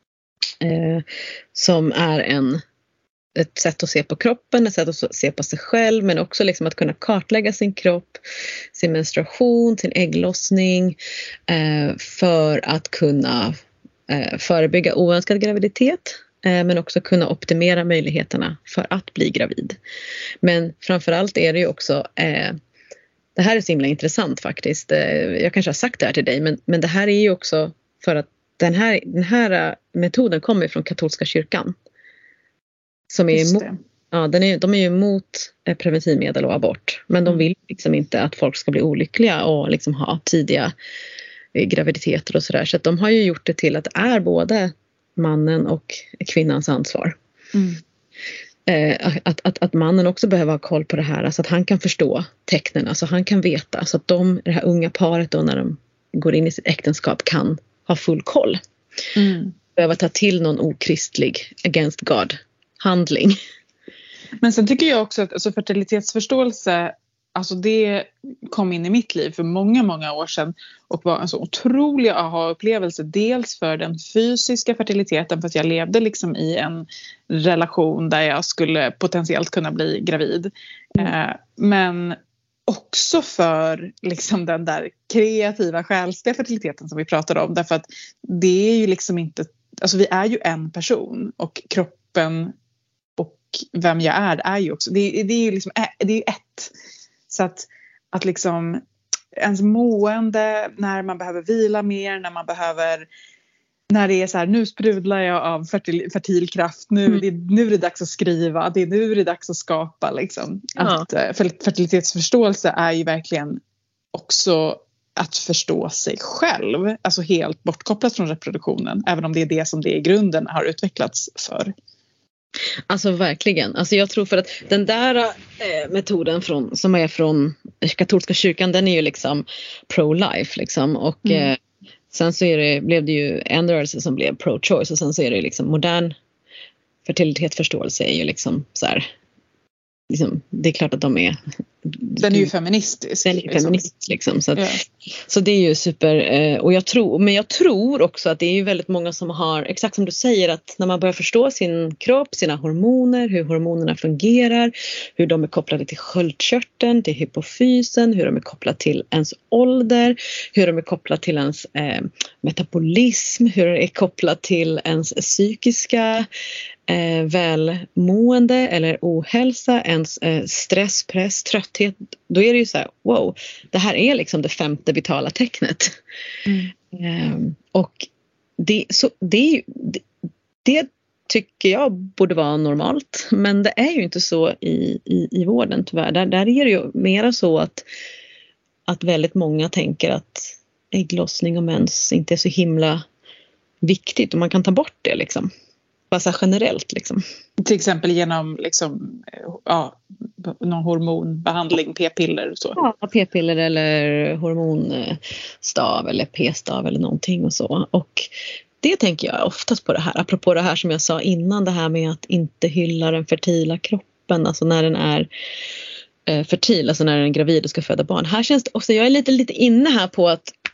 [SPEAKER 2] Som är ett sätt att se på kroppen, ett sätt att se på sig själv, men också liksom att kunna kartlägga sin kropp, sin menstruation, sin ägglossning, för att kunna förebygga oönskad graviditet, men också kunna optimera möjligheterna för att bli gravid. Men framförallt är det ju också det här är så himla intressant faktiskt. Jag kanske har sagt det här till dig, men det här är ju också för att den här metoden kommer från katolska kyrkan. Som är emot, de är ju emot preventivmedel och abort. Men de vill liksom inte att folk ska bli olyckliga och liksom ha tidiga graviditeter och sådär. Så att de har ju gjort det till att det är både mannen och kvinnans ansvar. Att mannen också behöver ha koll på det här, så att han kan förstå tecknen, alltså han kan veta, så att det här unga paret då när de går in i sitt äktenskap kan ha full koll. Behöva ta till någon okristlig against God handling.
[SPEAKER 1] Men sen tycker jag också att alltså, fertilitetsförståelse, alltså det kom in i mitt liv för många år sedan och var en så otrolig aha-upplevelse. Dels för den fysiska fertiliteten, för att jag levde liksom i en relation där jag skulle potentiellt kunna bli gravid. Men också för liksom den där kreativa, själsliga fertiliteten som vi pratade om. Därför att det är ju liksom inte, alltså vi är ju en person och kroppen och vem jag är ju också, det är ju liksom, det är ju ett. Så att liksom ens mående, när man behöver vila mer, när det är så här, nu sprudlar jag av fertil kraft, nu är det dags att skriva, nu är det dags att skapa liksom. Att fertilitetsförståelse är ju verkligen också att förstå sig själv, alltså helt bortkopplat från reproduktionen, även om det är det som det i grunden har utvecklats för.
[SPEAKER 2] Alltså verkligen. Alltså jag tror för att den där metoden som är från katolska kyrkan, den är ju liksom pro-life liksom. Och sen så blev det ju en rörelse som blev pro-choice, och sen så är det liksom modern fertilitetsförståelse är ju liksom så här, liksom, det är klart att de är...
[SPEAKER 1] Den är ju feministisk.
[SPEAKER 2] Den är feministisk liksom. Så det är ju super. Och jag tror också att det är ju väldigt många som har, exakt som du säger, att när man börjar förstå sin kropp, sina hormoner, hur hormonerna fungerar, hur de är kopplade till sköldkörteln, till hypofysen, hur de är kopplade till ens ålder, hur de är kopplade till ens metabolism, hur de är kopplade till ens psykiska välmående eller ohälsa, ens stress, press, trötthet, då är det ju så här, wow, det här är liksom det 5:e vitala tecknet. Och det tycker jag borde vara normalt, men det är ju inte så i vården tyvärr. Där är det ju mera så att väldigt många tänker att ägglossning och mens inte är så himla viktigt och man kan ta bort det liksom. Bara så generellt liksom.
[SPEAKER 1] Till exempel genom liksom, någon hormonbehandling, p-piller och så.
[SPEAKER 2] Ja, p-piller eller hormonstav eller p-stav eller någonting och så. Och det tänker jag oftast på det här. Apropå det här som jag sa innan, det här med att inte hylla den fertila kroppen. Alltså när den är fertil, alltså när den är gravid och ska föda barn. Här känns det också, jag är lite inne här på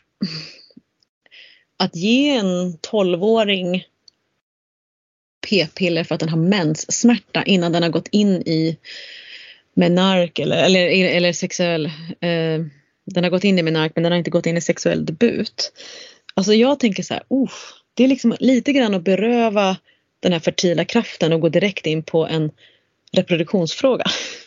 [SPEAKER 2] att ge en 12-åring p-piller för att den har menssmärta innan den har gått in i menark eller sexuell den har gått in i menark men den har inte gått in i sexuell debut. Alltså jag tänker så här, det är liksom lite grann att beröva den här fertila kraften och gå direkt in på en reproduktionsfråga.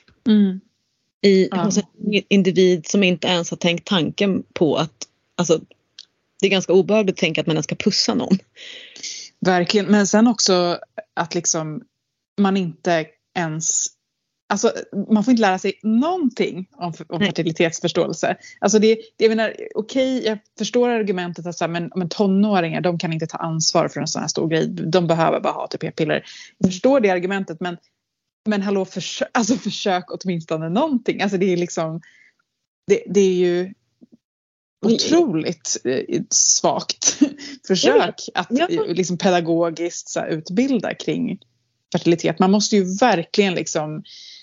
[SPEAKER 2] Hos en individ som inte ens har tänkt tanken på att, alltså det är ganska obehagligt att tänka att man ska pussa någon.
[SPEAKER 1] Verkligen, men sen också att liksom man inte ens, alltså man får inte lära sig någonting om fertilitetsförståelse. Alltså jag menar, okej, jag förstår argumentet att så här, men tonåringar, de kan inte ta ansvar för en sån här stor grej. De behöver bara ha p-piller. Jag förstår det argumentet, men hallå, försök åtminstone någonting. Alltså det är liksom, det är ju otroligt svagt försök att liksom pedagogiskt så här, utbilda kring fertilitet. Man måste ju verkligen liksom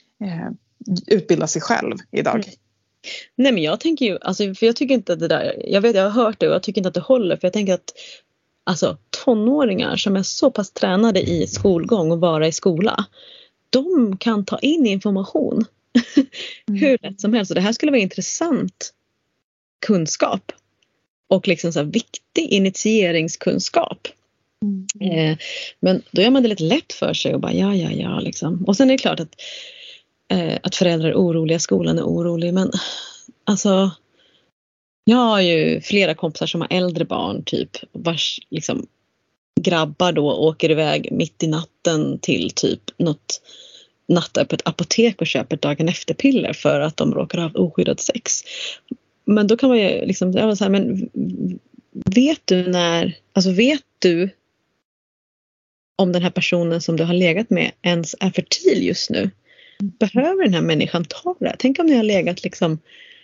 [SPEAKER 1] utbilda sig själv idag.
[SPEAKER 2] Nej, men jag tänker ju, alltså, för jag tycker inte att det där, jag har hört det och jag tycker inte att det håller, för jag tänker att alltså tonåringar som är så pass tränade i skolgång och vara i skola, de kan ta in information hur lätt som helst, och det här skulle vara intressant kunskap och liksom så här viktig initieringskunskap. Men då gör man det lite lätt för sig och bara ja liksom. Och sen är det klart att föräldrar är oroliga, skolan är orolig, men alltså jag har ju flera kompisar som har äldre barn typ, vars liksom grabbar då åker iväg mitt i natten till typ något nattöppet apotek och köper dagen efter piller för att de råkar ha oskyddat sex. Men då kan man ju liksom, jag var så här, men vet du om den här personen som du har legat med ens är fertil just nu? Behöver den här människan ta det? Tänk om ni har legat liksom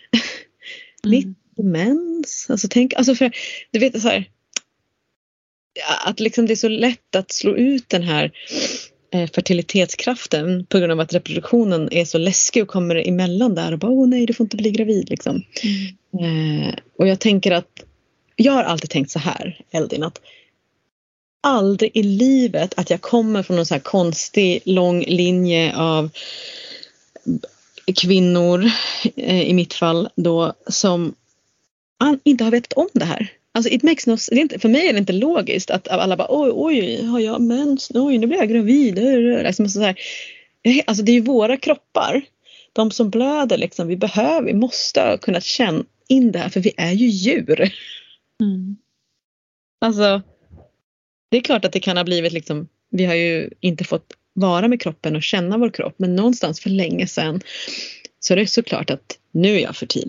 [SPEAKER 2] mitt i mens. Alltså tänk, alltså för du vet så här, att liksom det är så lätt att slå ut den här fertilitetskraften på grund av att reproduktionen är så läskig och kommer emellan där och bara nej, du får inte bli gravid liksom. Och jag tänker att jag har alltid tänkt så här, Eldin, att aldrig i livet att jag kommer från någon så här konstig lång linje av kvinnor i mitt fall då som inte har vetat om det här. Alltså it makes no, det är inte, för mig är det inte logiskt att alla bara oj har jag mens, oj nu blir jag gravid. Alltså, så här, alltså det är ju våra kroppar, de som blöder liksom, vi måste ha kunnat känna in det här, för vi är ju djur. Alltså det är klart att det kan ha blivit liksom, vi har ju inte fått vara med kroppen och känna vår kropp, men någonstans för länge sedan så är det såklart att nu är jag fertil.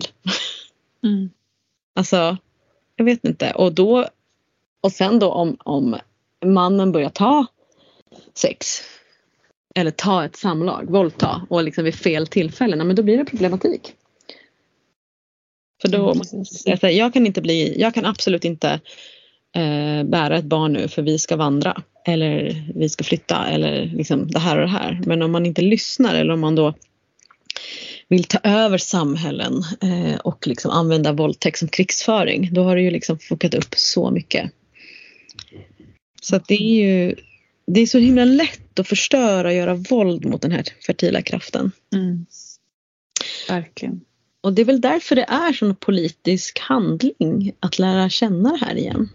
[SPEAKER 2] Alltså jag vet inte, och sen då om mannen börjar ta sex eller ta ett samlag, våldta och liksom vid fel tillfällen, men då blir det problematik. För då måste jag säga, jag kan absolut inte bära ett barn nu för vi ska vandra eller vi ska flytta eller liksom det här och det här. Men om man inte lyssnar eller om man då vill ta över samhällen och liksom använda våldtäkt som krigsföring, då har det ju liksom fukat upp så mycket. Så att det är så himla lätt att förstöra och göra våld mot den här fertila kraften.
[SPEAKER 1] Verkligen.
[SPEAKER 2] Och det är väl därför det är sån politisk handling att lära känna det här igen.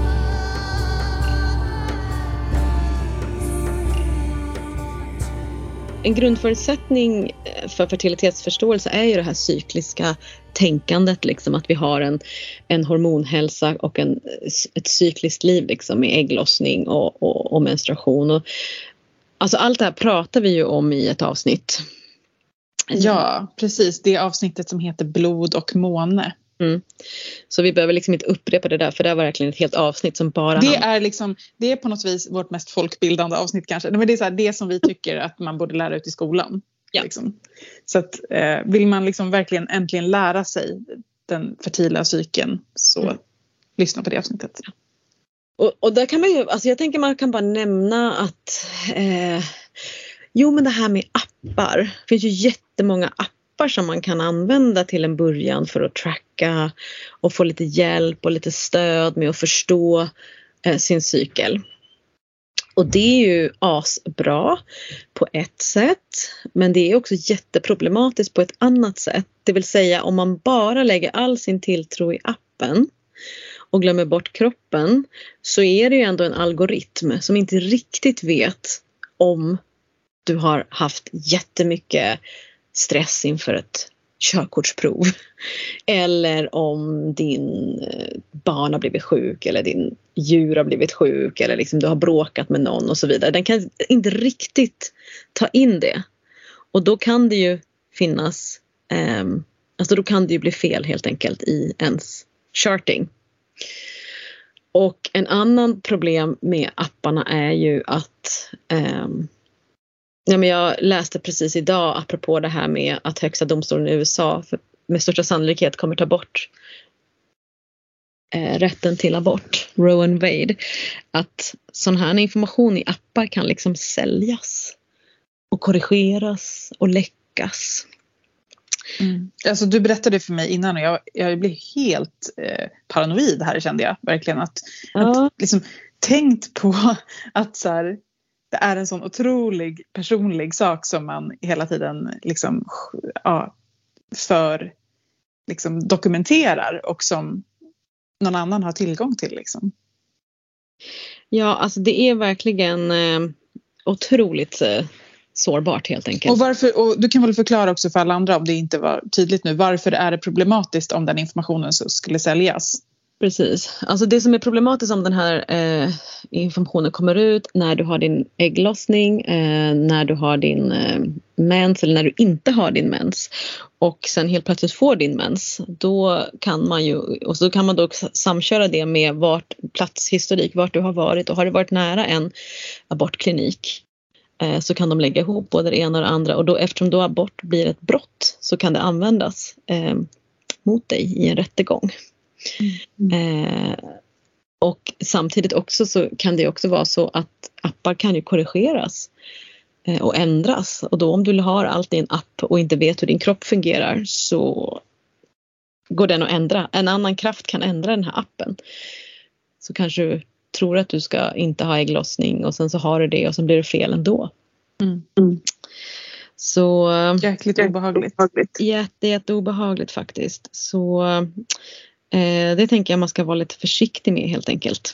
[SPEAKER 2] En grundförutsättning för fertilitetsförståelse är ju det här cykliska tänkandet, liksom, att vi har en hormonhälsa och ett cykliskt liv liksom, med ägglossning och menstruation. Och, alltså allt det här pratar vi ju om i ett avsnitt.
[SPEAKER 1] Ja, precis. Det avsnittet som heter Blod och måne.
[SPEAKER 2] Så vi behöver liksom inte upprepa det där, för det var verkligen ett helt avsnitt som bara
[SPEAKER 1] det är på något vis vårt mest folkbildande avsnitt kanske. Men det är så här, det som vi tycker att man borde lära ut i skolan.
[SPEAKER 2] Ja.
[SPEAKER 1] Liksom. Så att vill man liksom verkligen äntligen lära sig den fertila psyken, så lyssna på det avsnittet.
[SPEAKER 2] Och där kan man ju, alltså jag tänker man kan bara nämna att men det här med appar. Det finns ju jättemånga appar som man kan använda till en början för att tracka och få lite hjälp och lite stöd med att förstå sin cykel. Och det är ju asbra på ett sätt, men det är också jätteproblematiskt på ett annat sätt. Det vill säga om man bara lägger all sin tilltro i appen och glömmer bort kroppen, så är det ju ändå en algoritm som inte riktigt vet om du har haft jättemycket stress inför ett körkortsprov eller om din barn har blivit sjuk eller din djur har blivit sjuk eller liksom du har bråkat med någon och så vidare. Den kan inte riktigt ta in det. Och då kan det ju finnas då kan det ju bli fel helt enkelt i ens charting. Och en annan problem med apparna är ju att jag läste precis idag apropå det här med att högsta domstolen i USA med största sannolikhet kommer ta bort rätten till abort, Roe and Wade, att sån här information i appar kan liksom säljas och korrigeras och läckas.
[SPEAKER 1] Alltså du berättade för mig innan och jag blev helt paranoid här, kände jag verkligen att liksom tänkt på att så här, det är en sån otrolig personlig sak som man hela tiden liksom för liksom dokumenterar och som någon annan har tillgång till liksom.
[SPEAKER 2] Ja, alltså det är verkligen otroligt sårbart helt enkelt.
[SPEAKER 1] Och du kan väl förklara också för alla andra om det inte var tydligt nu, varför är det problematiskt om den informationen så skulle säljas?
[SPEAKER 2] Precis. Alltså det som är problematiskt om den här informationen kommer ut när du har din ägglossning, när du har din mens eller när du inte har din mens och sen helt plötsligt får din mens, då kan man ju, och så kan man då samköra det med platshistorik, vart du har varit, och har du varit nära en abortklinik så kan de lägga ihop både det ena och det andra, och då, eftersom då abort blir ett brott så kan det användas mot dig i en rättegång. Och samtidigt också så kan det också vara så att appar kan ju korrigeras och ändras, och då om du har allt i en app och inte vet hur din kropp fungerar så går den att ändra. En annan kraft kan ändra den här appen. Så kanske du tror att du ska inte ha ägglossning och sen så har du det och sen blir det fel ändå. Så
[SPEAKER 1] jäkligt obehagligt.
[SPEAKER 2] Jätteobehagligt faktiskt. Så det tänker jag man ska vara lite försiktig med helt enkelt.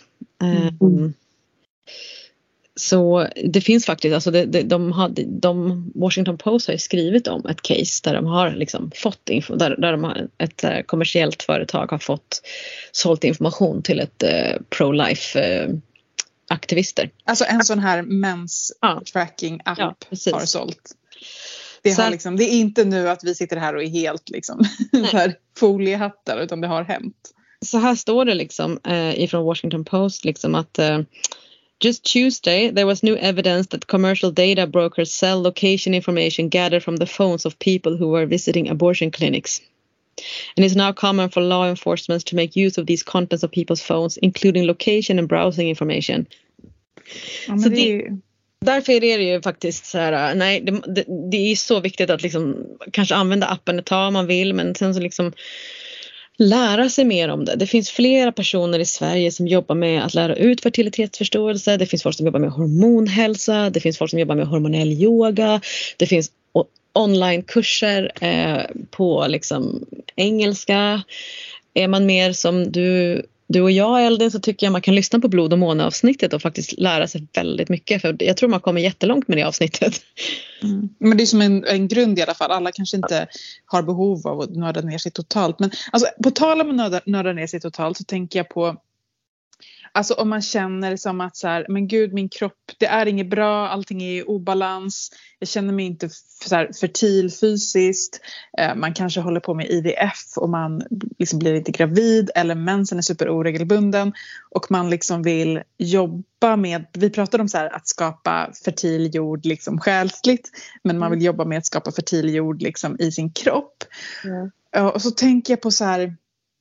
[SPEAKER 2] Så det finns faktiskt, alltså Washington Post har ju skrivit om ett case där de har liksom fått info, där de har ett kommersiellt företag har fått sålt information till ett pro-life aktivister.
[SPEAKER 1] Alltså en sån här mens tracking app har sålt. Det är inte nu att vi sitter här och är helt liksom här foliehattar, utan det har hänt.
[SPEAKER 2] Så här står det liksom ifrån Washington Post liksom att just Tuesday there was new evidence that commercial data brokers sell location information gathered from the phones of people who were visiting abortion clinics. And it's now common for law enforcement to make use of these contents of people's phones, including location and browsing information.
[SPEAKER 1] Ja, så
[SPEAKER 2] därför är det ju faktiskt så här, nej, det är så viktigt att liksom kanske använda appen ett tag om man vill, men sen så liksom lära sig mer om det. Det finns flera personer i Sverige som jobbar med att lära ut fertilitetsförståelse. Det finns folk som jobbar med hormonhälsa. Det finns folk som jobbar med hormonell yoga. Det finns onlinekurser på liksom engelska. Är man mer som du och jag, Eldin, så tycker jag man kan lyssna på blod- och måne-avsnittet och faktiskt lära sig väldigt mycket. För jag tror man kommer jättelångt med det avsnittet.
[SPEAKER 1] Men det är som en grund i alla fall. Alla kanske inte har behov av att nörda ner sig totalt. Men alltså, på tal om att nörda ner sig totalt så tänker jag på, alltså om man känner som att så här, men gud, min kropp, det är inget bra, allting är i obalans, jag känner mig inte så här fertil fysiskt, man kanske håller på med IVF och man liksom blir inte gravid, eller mensen är superoregelbunden och man liksom vill jobba med, vi pratade om så här, att skapa fertil jord liksom själsligt, men man vill jobba med att skapa fertil jord liksom i sin kropp. Och så tänker jag på så här,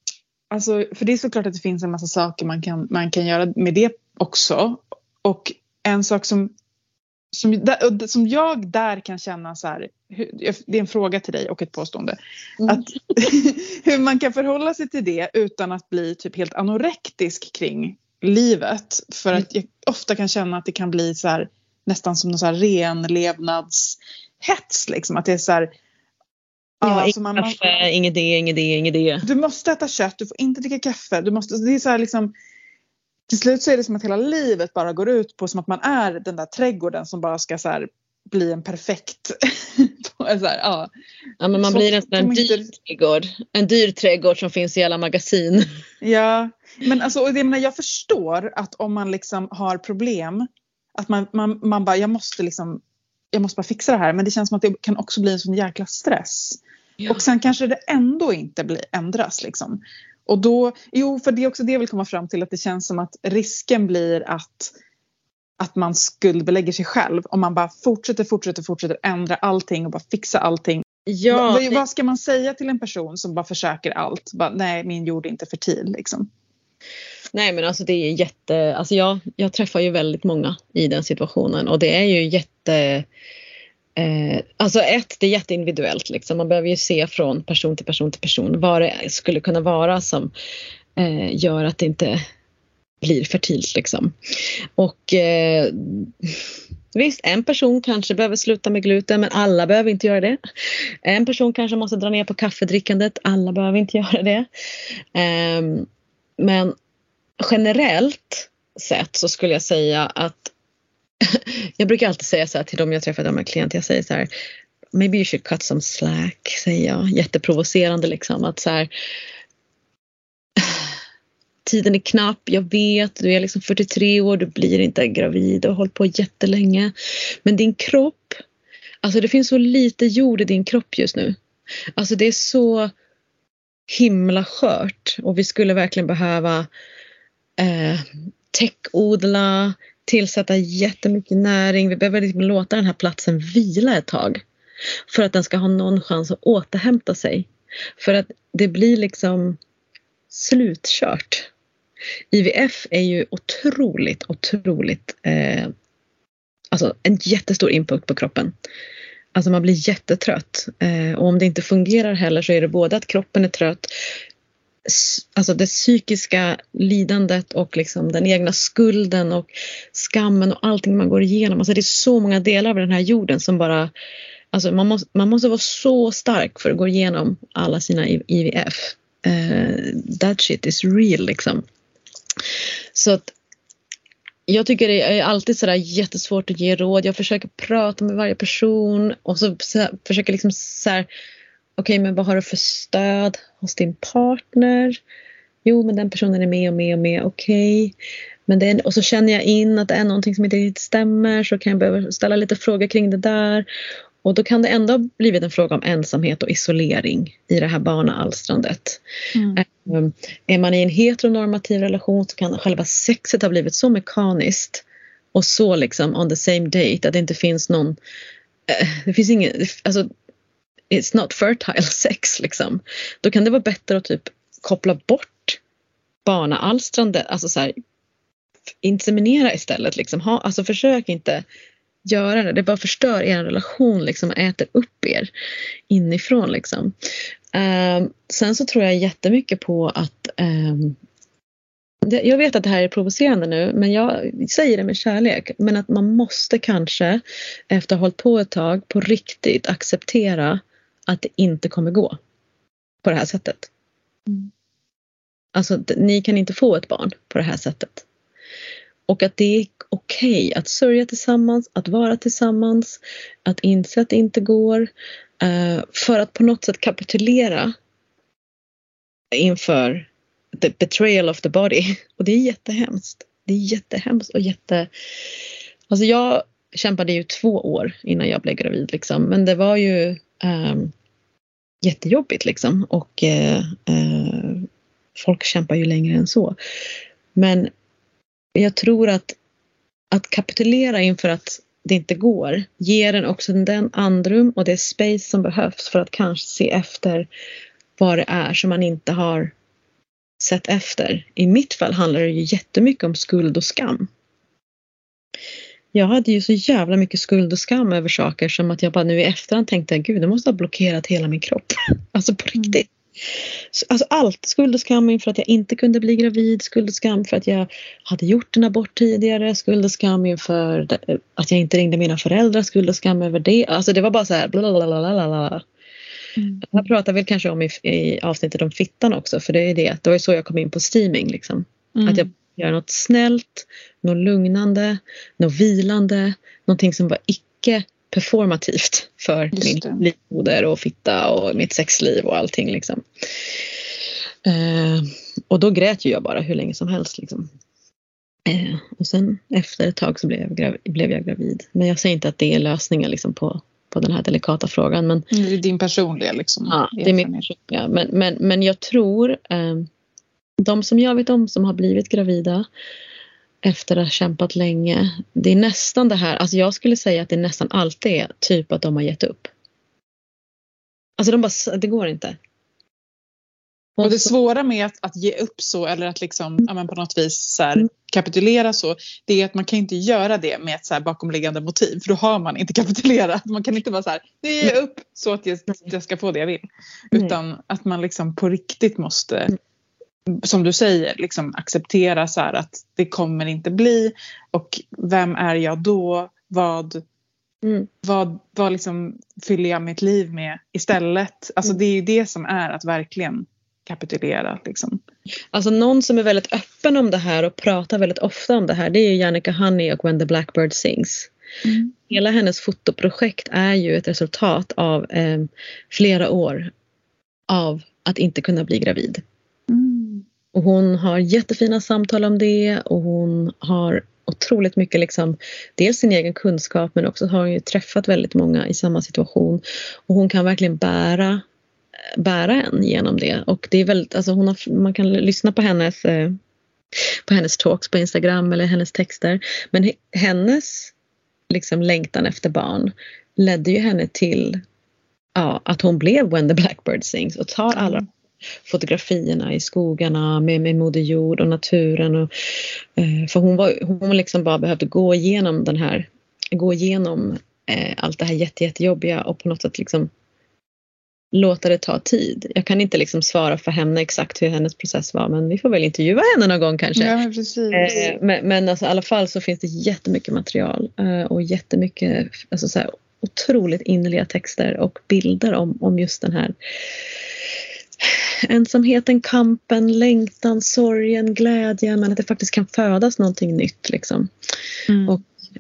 [SPEAKER 1] Alltså, för det är såklart att det finns en massa saker man kan göra med det också. Och en sak som jag där kan känna så här, det är en fråga till dig och ett påstående. Att hur man kan förhålla sig till det utan att bli typ helt anorektisk kring livet. För att jag ofta kan känna att det kan bli så här, nästan som någon så här renlevnadshets liksom. Att det är så här,
[SPEAKER 2] ja, alltså kaffe, inget det.
[SPEAKER 1] Du måste äta kött, du får inte dricka kaffe. Det är så här liksom, till slut så är det som att hela livet bara går ut på som att man är den där trädgården som bara ska så här bli en perfekt så här,
[SPEAKER 2] ja men man blir en sån där dyr trädgård. En dyr trädgård som finns i alla magasin.
[SPEAKER 1] Ja, men alltså, och det, men jag förstår att om man liksom har problem att man bara jag måste bara fixa det här, men det känns som att det kan också bli en sån jäkla stress. Ja. Och sen kanske det ändå inte ändras liksom. Och då, för det är också det jag vill komma fram till, att det känns som att risken blir att man skuldbelägger sig själv om man bara fortsätter ändra allting och bara fixa allting. Ja, vad ska man säga till en person som bara försöker allt? Bara, nej, min jord är inte fertil liksom.
[SPEAKER 2] Nej, men alltså det är alltså jag träffar ju väldigt många i den situationen, och det är ju alltså det är jätteindividuellt liksom. Man behöver ju se från person till person vad det skulle kunna vara som gör att det inte blir fertilt liksom. Och visst, en person kanske behöver sluta med gluten, men alla behöver inte göra det. En person kanske måste dra ner på kaffedrickandet, alla behöver inte göra det. Men generellt sett så skulle jag säga att jag brukar alltid säga så här till dem jag träffar, de här klienter, jag säger så här: maybe you should cut some slack, säger jag, jätteprovocerande liksom, att så här, tiden är knapp, jag vet, du är liksom 43 år, du blir inte gravid och har hållit på jättelänge, men din kropp, alltså det finns så lite jord i din kropp just nu, alltså det är så himla skört, och vi skulle verkligen behöva täckodla, tillsätta jättemycket näring. Vi behöver liksom låta den här platsen vila ett tag för att den ska ha någon chans att återhämta sig. För att det blir liksom slutkört. IVF är ju otroligt alltså en jättestor input på kroppen. Alltså man blir jättetrött. Och om det inte fungerar heller så är det både att kroppen är trött, alltså det psykiska lidandet och liksom den egna skulden och skammen och allting man går igenom. Alltså det är så många delar av den här jorden som bara, alltså man måste vara så stark för att gå igenom alla sina IVF. That shit is real liksom. Så att jag tycker det är alltid sådär jättesvårt att ge råd. Jag försöker prata med varje person och så försöker liksom såhär, okej, men vad har du för stöd hos din partner? Jo, men den personen är med. Okej. Men och så känner jag in att det är någonting som inte riktigt stämmer, så kan jag behöva ställa lite frågor kring det där. Och då kan det ändå ha blivit en fråga om ensamhet och isolering i det här barnaalstrandet. Är man i en heteronormativ relation så kan själva sexet ha blivit så mekaniskt och så liksom on the same date att det inte finns någon, det finns ingen, alltså it's not fertile sex liksom. Då kan det vara bättre att typ koppla bort barnaalstrandet, alltså så här, inseminera istället liksom. Alltså försök inte göra det. Det bara förstör er relation liksom, och äter upp er inifrån liksom. Sen så tror jag jättemycket på att jag vet att det här är provocerande nu, men jag säger det med kärlek, men att man måste kanske efter att ha hållit på ett tag på riktigt acceptera att det inte kommer gå på det här sättet. Alltså ni kan inte få ett barn på det här sättet. Och att det är okej att sörja tillsammans, att vara tillsammans, att inse att det inte går. För att på något sätt kapitulera inför the betrayal of the body. Och det är jättehemskt. Det är jättehemskt och Alltså jag kämpade ju 2 år innan jag blev gravid liksom. Men det var ju jättejobbigt liksom. Och folk kämpar ju längre än så. Men jag tror att kapitulera inför att det inte går ger den också den andrum och det space som behövs för att kanske se efter vad det är som man inte har sett efter. I mitt fall handlar det ju jättemycket om skuld och skam. Jag hade ju så jävla mycket skuld och skam över saker som att jag bara nu i efterhand tänkte, gud, det måste ha blockerat hela min kropp. Alltså på riktigt. Alltså allt, skuld och skam inför att jag inte kunde bli gravid, skuld och skam för att jag hade gjort en abort tidigare, skuld och skam inför att jag inte ringde mina föräldrar, skuld och skam över det. Alltså det var bara så här blablabla. Jag pratar väl kanske om i avsnittet om fittan också, för det är det. Det var ju så jag kom in på steaming liksom. Att jag gör något snällt, något lugnande, något vilande, någonting som var icke performativt för min livmoder och fitta och mitt sexliv och allting liksom. Och då grät ju jag bara hur länge som helst liksom. Och sen efter ett tag så blev jag gravid. Men jag säger inte att det är lösningen liksom på den här delikata frågan. Men,
[SPEAKER 1] det är din personliga liksom.
[SPEAKER 2] Ja, det är min personliga. Men jag tror de som jag vet om som har blivit gravida efter att ha kämpat länge, det är nästan det här, alltså jag skulle säga att det nästan alltid är typ att de har gett upp. Alltså de bara, det går inte.
[SPEAKER 1] Och det svåra med att ge upp så, eller att liksom, på något vis så här, kapitulera så, det är att man kan inte göra det med ett så här bakomliggande motiv, för då har man inte kapitulerat. Man kan inte bara så här, nu ger jag upp så att jag ska få det jag vill. Utan att man liksom på riktigt måste, som du säger, liksom acceptera så här att det kommer inte bli, och vem är jag då? Vad liksom fyller jag mitt liv med istället? Alltså det är ju det som är att verkligen kapitulera liksom.
[SPEAKER 2] Alltså någon som är väldigt öppen om det här och pratar väldigt ofta om det här, det är ju Jannica Honey och When the Blackbird Sings. Hela hennes fotoprojekt är ju ett resultat av flera år av att inte kunna bli gravid. Och hon har jättefina samtal om det, och hon har otroligt mycket liksom, dels sin egen kunskap, men också har hon ju träffat väldigt många i samma situation, och hon kan verkligen bära en genom det. Och det är väldigt, alltså man kan lyssna på hennes talks på Instagram eller hennes texter, men hennes liksom längtan efter barn ledde ju henne till att hon blev When the Blackbird Sings och tar alla fotografierna i skogarna med Moder Jord och naturen, och för hon liksom bara behövde gå igenom allt det här jättejobbiga och på något sätt liksom låta det ta tid. Jag kan inte liksom svara för henne exakt hur hennes process var, men vi får väl intervjua henne någon gång kanske.
[SPEAKER 1] Ja, men precis.
[SPEAKER 2] Men alltså, i alla fall så finns det jättemycket material och jättemycket, alltså så här, otroligt innerliga texter och bilder om just den här ensamheten, kampen, längtan, sorgen, glädjen, men att det faktiskt kan födas någonting nytt liksom. Och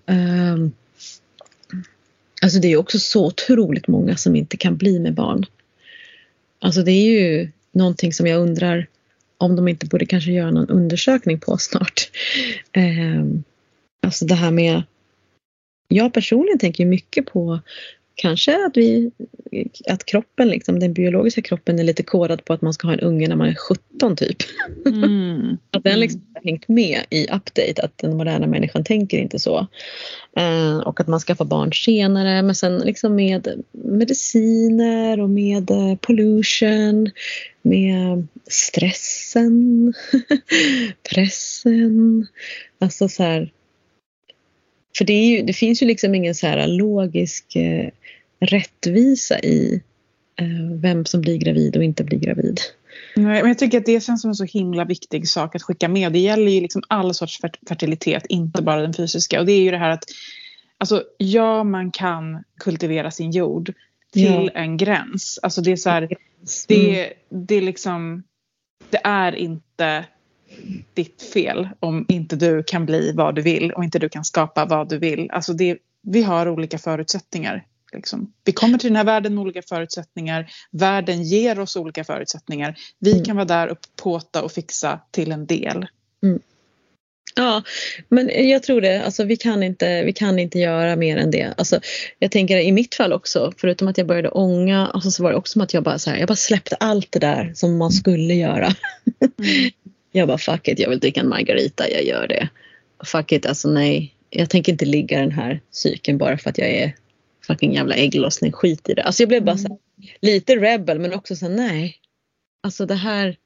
[SPEAKER 2] alltså det är också så otroligt många som inte kan bli med barn. Alltså det är ju någonting som jag undrar om de inte borde kanske göra någon undersökning på snart. Alltså det här med, jag personligen tänker mycket på kanske att kroppen liksom, den biologiska kroppen är lite kodad på att man ska ha en unge när man är 17 typ. Att den liksom har hängt med i update, att den moderna människan tänker inte så. Och att man ska få barn senare, men sen liksom med mediciner och med pollution, med stressen, pressen, alltså så här. För det finns ju liksom ingen så här logisk rättvisa i vem som blir gravid och inte blir gravid.
[SPEAKER 1] Nej, men jag tycker att det känns som en så himla viktig sak att skicka med. Det gäller ju liksom all sorts fertilitet, inte bara den fysiska. Och det är ju det här att alltså, man kan kultivera sin jord till en gräns. Alltså det är så här, det är liksom, det är inte ditt fel om inte du kan bli vad du vill, om inte du kan skapa vad du vill. Alltså vi har olika förutsättningar liksom. Vi kommer till den här världen med olika förutsättningar. Världen ger oss olika förutsättningar. Vi kan vara där och påta och fixa till en del.
[SPEAKER 2] Ja, men jag tror det. Alltså vi kan inte göra mer än det. Alltså jag tänker i mitt fall också, förutom att jag började ånga, alltså så var det också som att jag bara släppte allt det där som man skulle göra. Jag bara fuck it, jag vill dricka en margarita, jag gör det. Fuck it, alltså nej, jag tänker inte ligga den här cykeln bara för att jag är fucking jävla ägglossning, skit i det. Alltså jag blev bara så här, lite rebel, men också så här, nej. Alltså det här,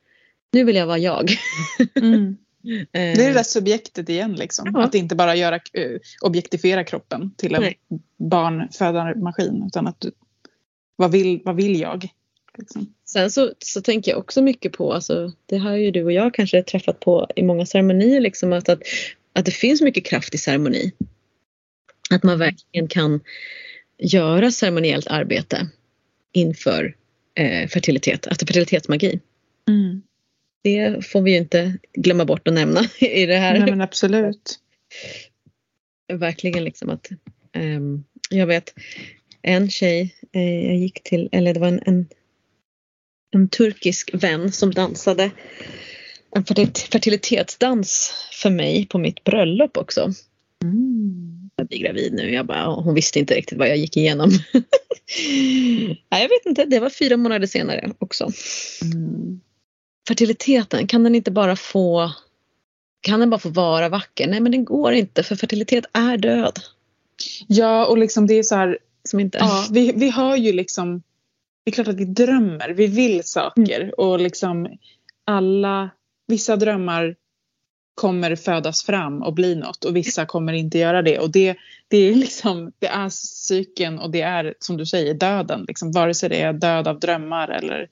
[SPEAKER 2] Nu vill jag vara jag.
[SPEAKER 1] Mm. Det är det där subjektet igen liksom.
[SPEAKER 2] Ja.
[SPEAKER 1] Att inte bara objektifiera kroppen till en barnfödarmaskin. Utan att vad vill jag? Liksom.
[SPEAKER 2] Sen så tänker jag också mycket på, alltså, det har ju du och jag kanske träffat på i många ceremonier, liksom, att det finns mycket kraft i ceremoni. Att man verkligen kan göra ceremoniellt arbete inför fertilitet, alltså fertilitetsmagi.
[SPEAKER 1] Mm.
[SPEAKER 2] Det får vi ju inte glömma bort att nämna i det här.
[SPEAKER 1] Nej, men absolut.
[SPEAKER 2] Verkligen liksom att jag vet en tjej jag gick till, eller det var en turkisk vän som dansade en fertilitetsdans för mig på mitt bröllop också. Jag blir gravid nu. Hon visste inte riktigt vad jag gick igenom. Nej, jag vet inte, det var 4 månader senare också. Fertiliteten, kan den bara få vara vacker? Nej, men den går inte, för fertilitet är död.
[SPEAKER 1] Ja, och liksom det är så här,
[SPEAKER 2] som inte.
[SPEAKER 1] Ja, vi har ju liksom, det är klart att vi drömmer, vi vill saker och liksom vissa drömmar kommer födas fram och bli något och vissa kommer inte göra det, och det är liksom, det är cykeln och det är, som du säger, döden liksom, vare sig det är död av drömmar eller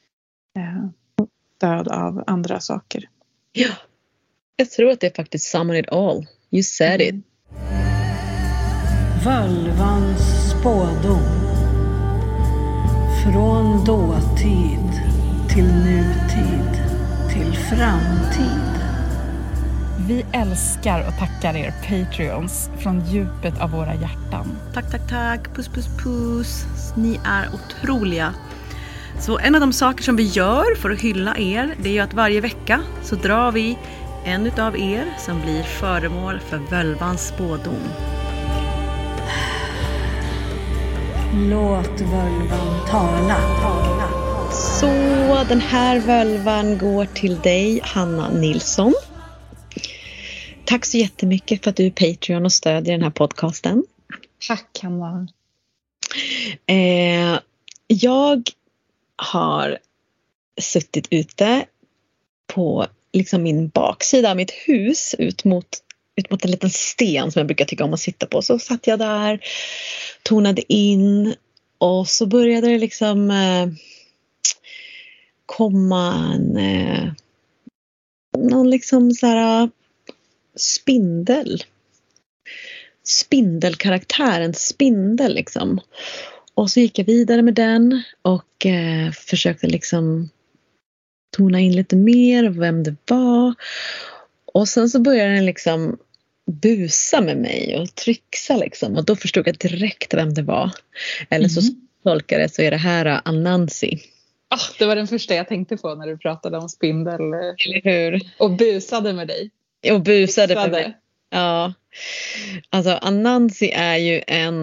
[SPEAKER 1] död av andra saker.
[SPEAKER 2] Ja, jag tror att det är faktiskt summer it all. You said it.
[SPEAKER 4] Völvans spådom. Från dåtid till nutid till framtid.
[SPEAKER 5] Vi älskar och tackar er Patreons från djupet av våra hjärtan.
[SPEAKER 6] Tack. Puss, puss, puss. Ni är otroliga. Så en av de saker som vi gör för att hylla er, det är ju att varje vecka så drar vi en utav er som blir föremål för völvans spådom.
[SPEAKER 4] Låt völvan tala.
[SPEAKER 2] Så den här völvan går till dig, Hanna Nilsson. Tack så jättemycket för att du är Patreon och stödjer den här podcasten.
[SPEAKER 1] Tack, Hanna.
[SPEAKER 2] Jag har suttit ute på liksom min baksida av mitt hus ut mot en liten sten som jag brukar tycka om att sitta på. Så satt jag där, tonade in, och så började det liksom komma någon liksom så här spindelkaraktär, en spindel liksom. Och så gick jag vidare med den och försökte liksom tona in lite mer vem det var. Och sen så började den liksom busa med mig och trycksa liksom. Och då förstod jag direkt vem det var. Eller så tolkade det, så är det här Anansi.
[SPEAKER 1] Det var den första jag tänkte på när du pratade om spindel.
[SPEAKER 2] Eller hur?
[SPEAKER 1] Och busade med dig.
[SPEAKER 2] Och busade med mig. Ja. Alltså Anansi är ju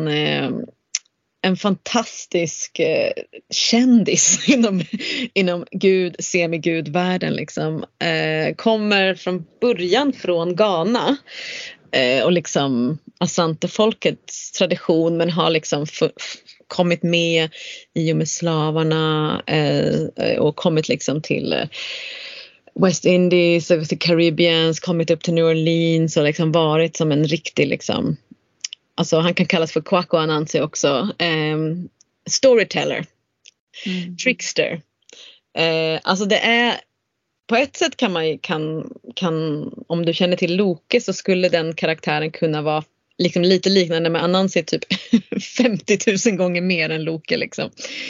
[SPEAKER 2] en fantastisk kändis inom semigudvärlden liksom. Kommer från början från Ghana och liksom Asante-folkets tradition, men har liksom kommit med i och med slavarna och kommit liksom till West Indies och till Caribbeans, kommit upp till New Orleans och liksom varit som en riktig liksom, alltså han kan kallas för Kwaku Anansi också, storyteller, trickster. Alltså det är, på ett sätt kan om du känner till Loke, så skulle den karaktären kunna vara liksom lite liknande med Anansi, typ 50 000 gånger mer än Loke liksom.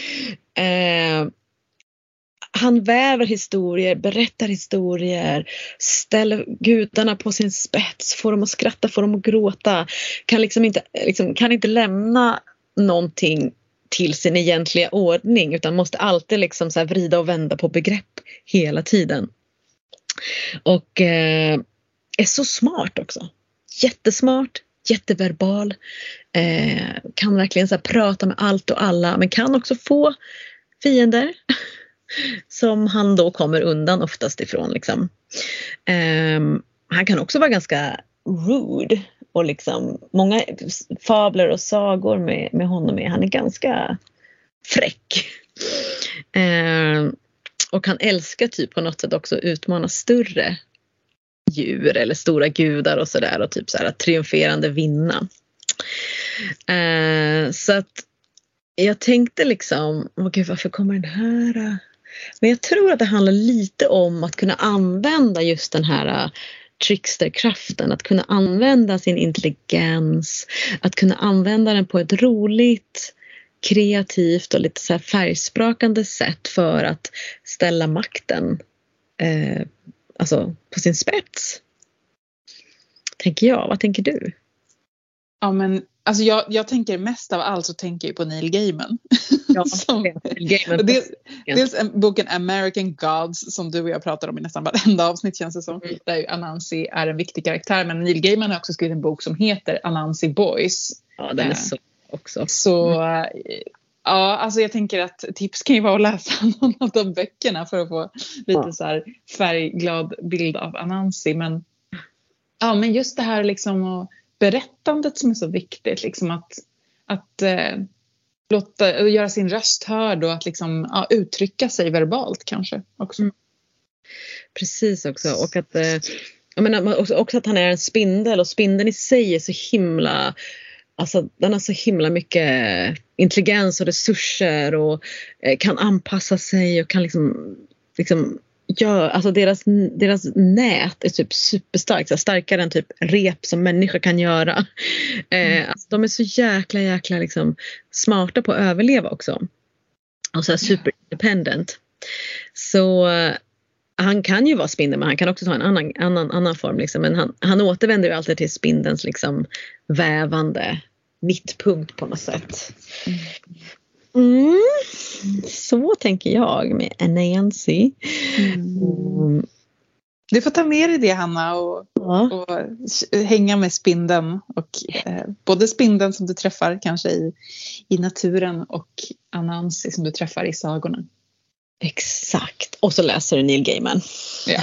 [SPEAKER 2] Han väver historier, berättar historier, ställer gudarna på sin spets, får dem att skratta, får dem att gråta. Kan inte lämna någonting till sin egentliga ordning, utan måste alltid liksom så här vrida och vända på begrepp hela tiden. Och är så smart också. Jättesmart, jätteverbal. Kan verkligen så här prata med allt och alla, men kan också få fiender som han då kommer undan oftast ifrån liksom. Han kan också vara ganska rude, och liksom många fabler och sagor med honom han är ganska fräck. Och han älskar typ på något sätt också utmana större djur eller stora gudar och sådär. Och typ så här att triumferande vinna. Så att jag tänkte liksom, gud, varför kommer den här? Men jag tror att det handlar lite om att kunna använda just den här tricksterkraften. Att kunna använda sin intelligens. Att kunna använda den på ett roligt, kreativt och lite så här färgsprakande sätt för att ställa makten alltså på sin spets. Tänker jag. Vad tänker du?
[SPEAKER 1] Ja, men alltså jag tänker mest av allt så tänker jag på Neil Gaiman.
[SPEAKER 2] Ja,
[SPEAKER 1] Neil Gaiman. Dels boken American Gods som du och jag pratar om i nästan varenda avsnitt känns det som. Där ju Anansi är en viktig karaktär. Men Neil Gaiman har också skrivit en bok som heter Anansi Boys.
[SPEAKER 2] Ja, den är så också.
[SPEAKER 1] Så ja, alltså jag tänker att tips kan ju vara att läsa någon av de böckerna för att få lite så här färgglad bild av Anansi. Men ja, men just det här liksom och berättandet som är så viktigt liksom att låta göra sin röst hörd och att liksom uttrycka sig verbalt kanske också.
[SPEAKER 2] Precis också, och att jag menar också att han är en spindel, och spindeln i sig är så himla, alltså den har så himla mycket intelligens och resurser och kan anpassa sig och kan liksom ja, alltså deras nät är typ superstarkt, så starkare än typ rep som människor kan göra. Alltså de är så jäkla liksom smarta på att överleva också. Och så här super independent. Så han kan ju vara spindel, men han kan också ta en annan form liksom. Men han återvänder ju alltid till spindelns liksom vävande mittpunkt på något sätt. Så tänker jag med Anansi.
[SPEAKER 1] Du får ta med dig det, Hanna, och hänga med spindeln och både spindeln som du träffar kanske i naturen och Anansi som du träffar i sagorna.
[SPEAKER 2] Exakt. Och så läser du Neil Gaiman.
[SPEAKER 1] Ja.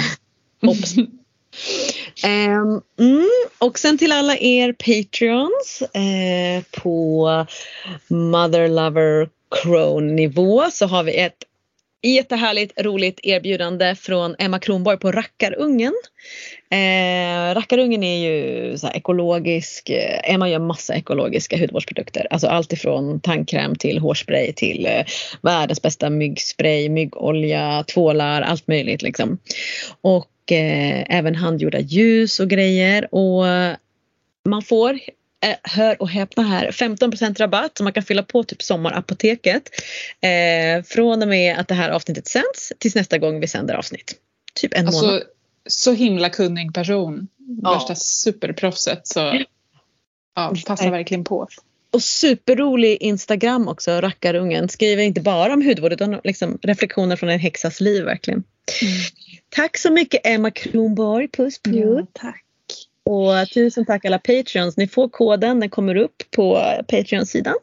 [SPEAKER 2] Och sen till alla er Patreons på Mother Lover Crone nivå så har vi ett jättehärligt roligt erbjudande från Emma Kronborg på Rackarungen. Rackarungen är ju så här ekologisk. Emma gör massa ekologiska hudvårdsprodukter. Alltså allt ifrån tandkräm till hårspray till världens bästa myggspray, myggolja, tvålar, allt möjligt liksom. Och även handgjorda ljus och grejer. Och man får, hör och häpna här, 15% rabatt som man kan fylla på typ sommarapoteket. Från och med att det här avsnittet sänds tills nästa gång vi sänder avsnitt. Typ en månad.
[SPEAKER 1] Så himla kunnig person. Värsta superproffset. Så passar verkligen på.
[SPEAKER 2] Och superrolig Instagram också, Rackarungen. Skriver inte bara om hudvård utan liksom reflektioner från en häxas liv verkligen. Tack så mycket Emma Kronborg. Puss.
[SPEAKER 1] Ja, tack.
[SPEAKER 2] Och tusen tack alla Patreons. Ni får koden, den kommer upp på Patreon-sidan.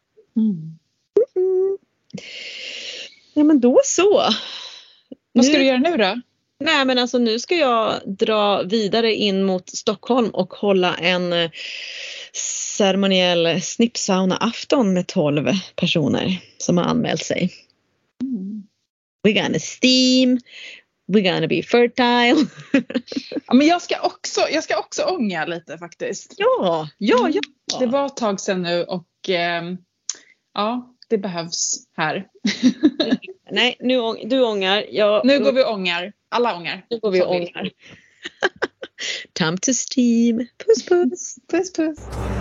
[SPEAKER 2] Ja, men då så.
[SPEAKER 1] Vad ska du göra nu då?
[SPEAKER 2] Nej, men alltså nu ska jag dra vidare in mot Stockholm och hålla en ceremoniell snippsauna-afton med 12 personer som har anmält sig. We're gonna steam. We're gonna be fertile.
[SPEAKER 1] Ja, men jag ska också ånga lite faktiskt.
[SPEAKER 2] Ja.
[SPEAKER 1] Det var ett tag sedan nu och det behövs här.
[SPEAKER 2] Nej, du ångar.
[SPEAKER 1] Nu går vi och ångar. Alla ångar.
[SPEAKER 2] Nu går vi och ångar. Time to steam. Puss, puss.
[SPEAKER 1] Puss, puss.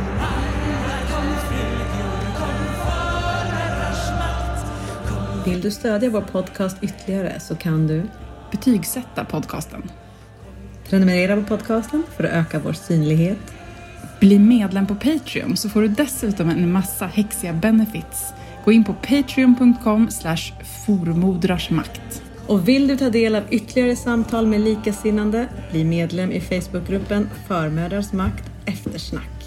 [SPEAKER 6] Vill du stödja vår podcast ytterligare så kan du
[SPEAKER 5] Betygsätta podcasten.
[SPEAKER 6] prenumerera på podcasten för att öka vår synlighet.
[SPEAKER 5] Bli medlem på Patreon så får du dessutom en massa häxiga benefits. Gå in på patreon.com/formodrarsmakt.
[SPEAKER 6] Och vill du ta del av ytterligare samtal med likasinnande, bli medlem i Facebookgruppen Förmödrars makt eftersnack.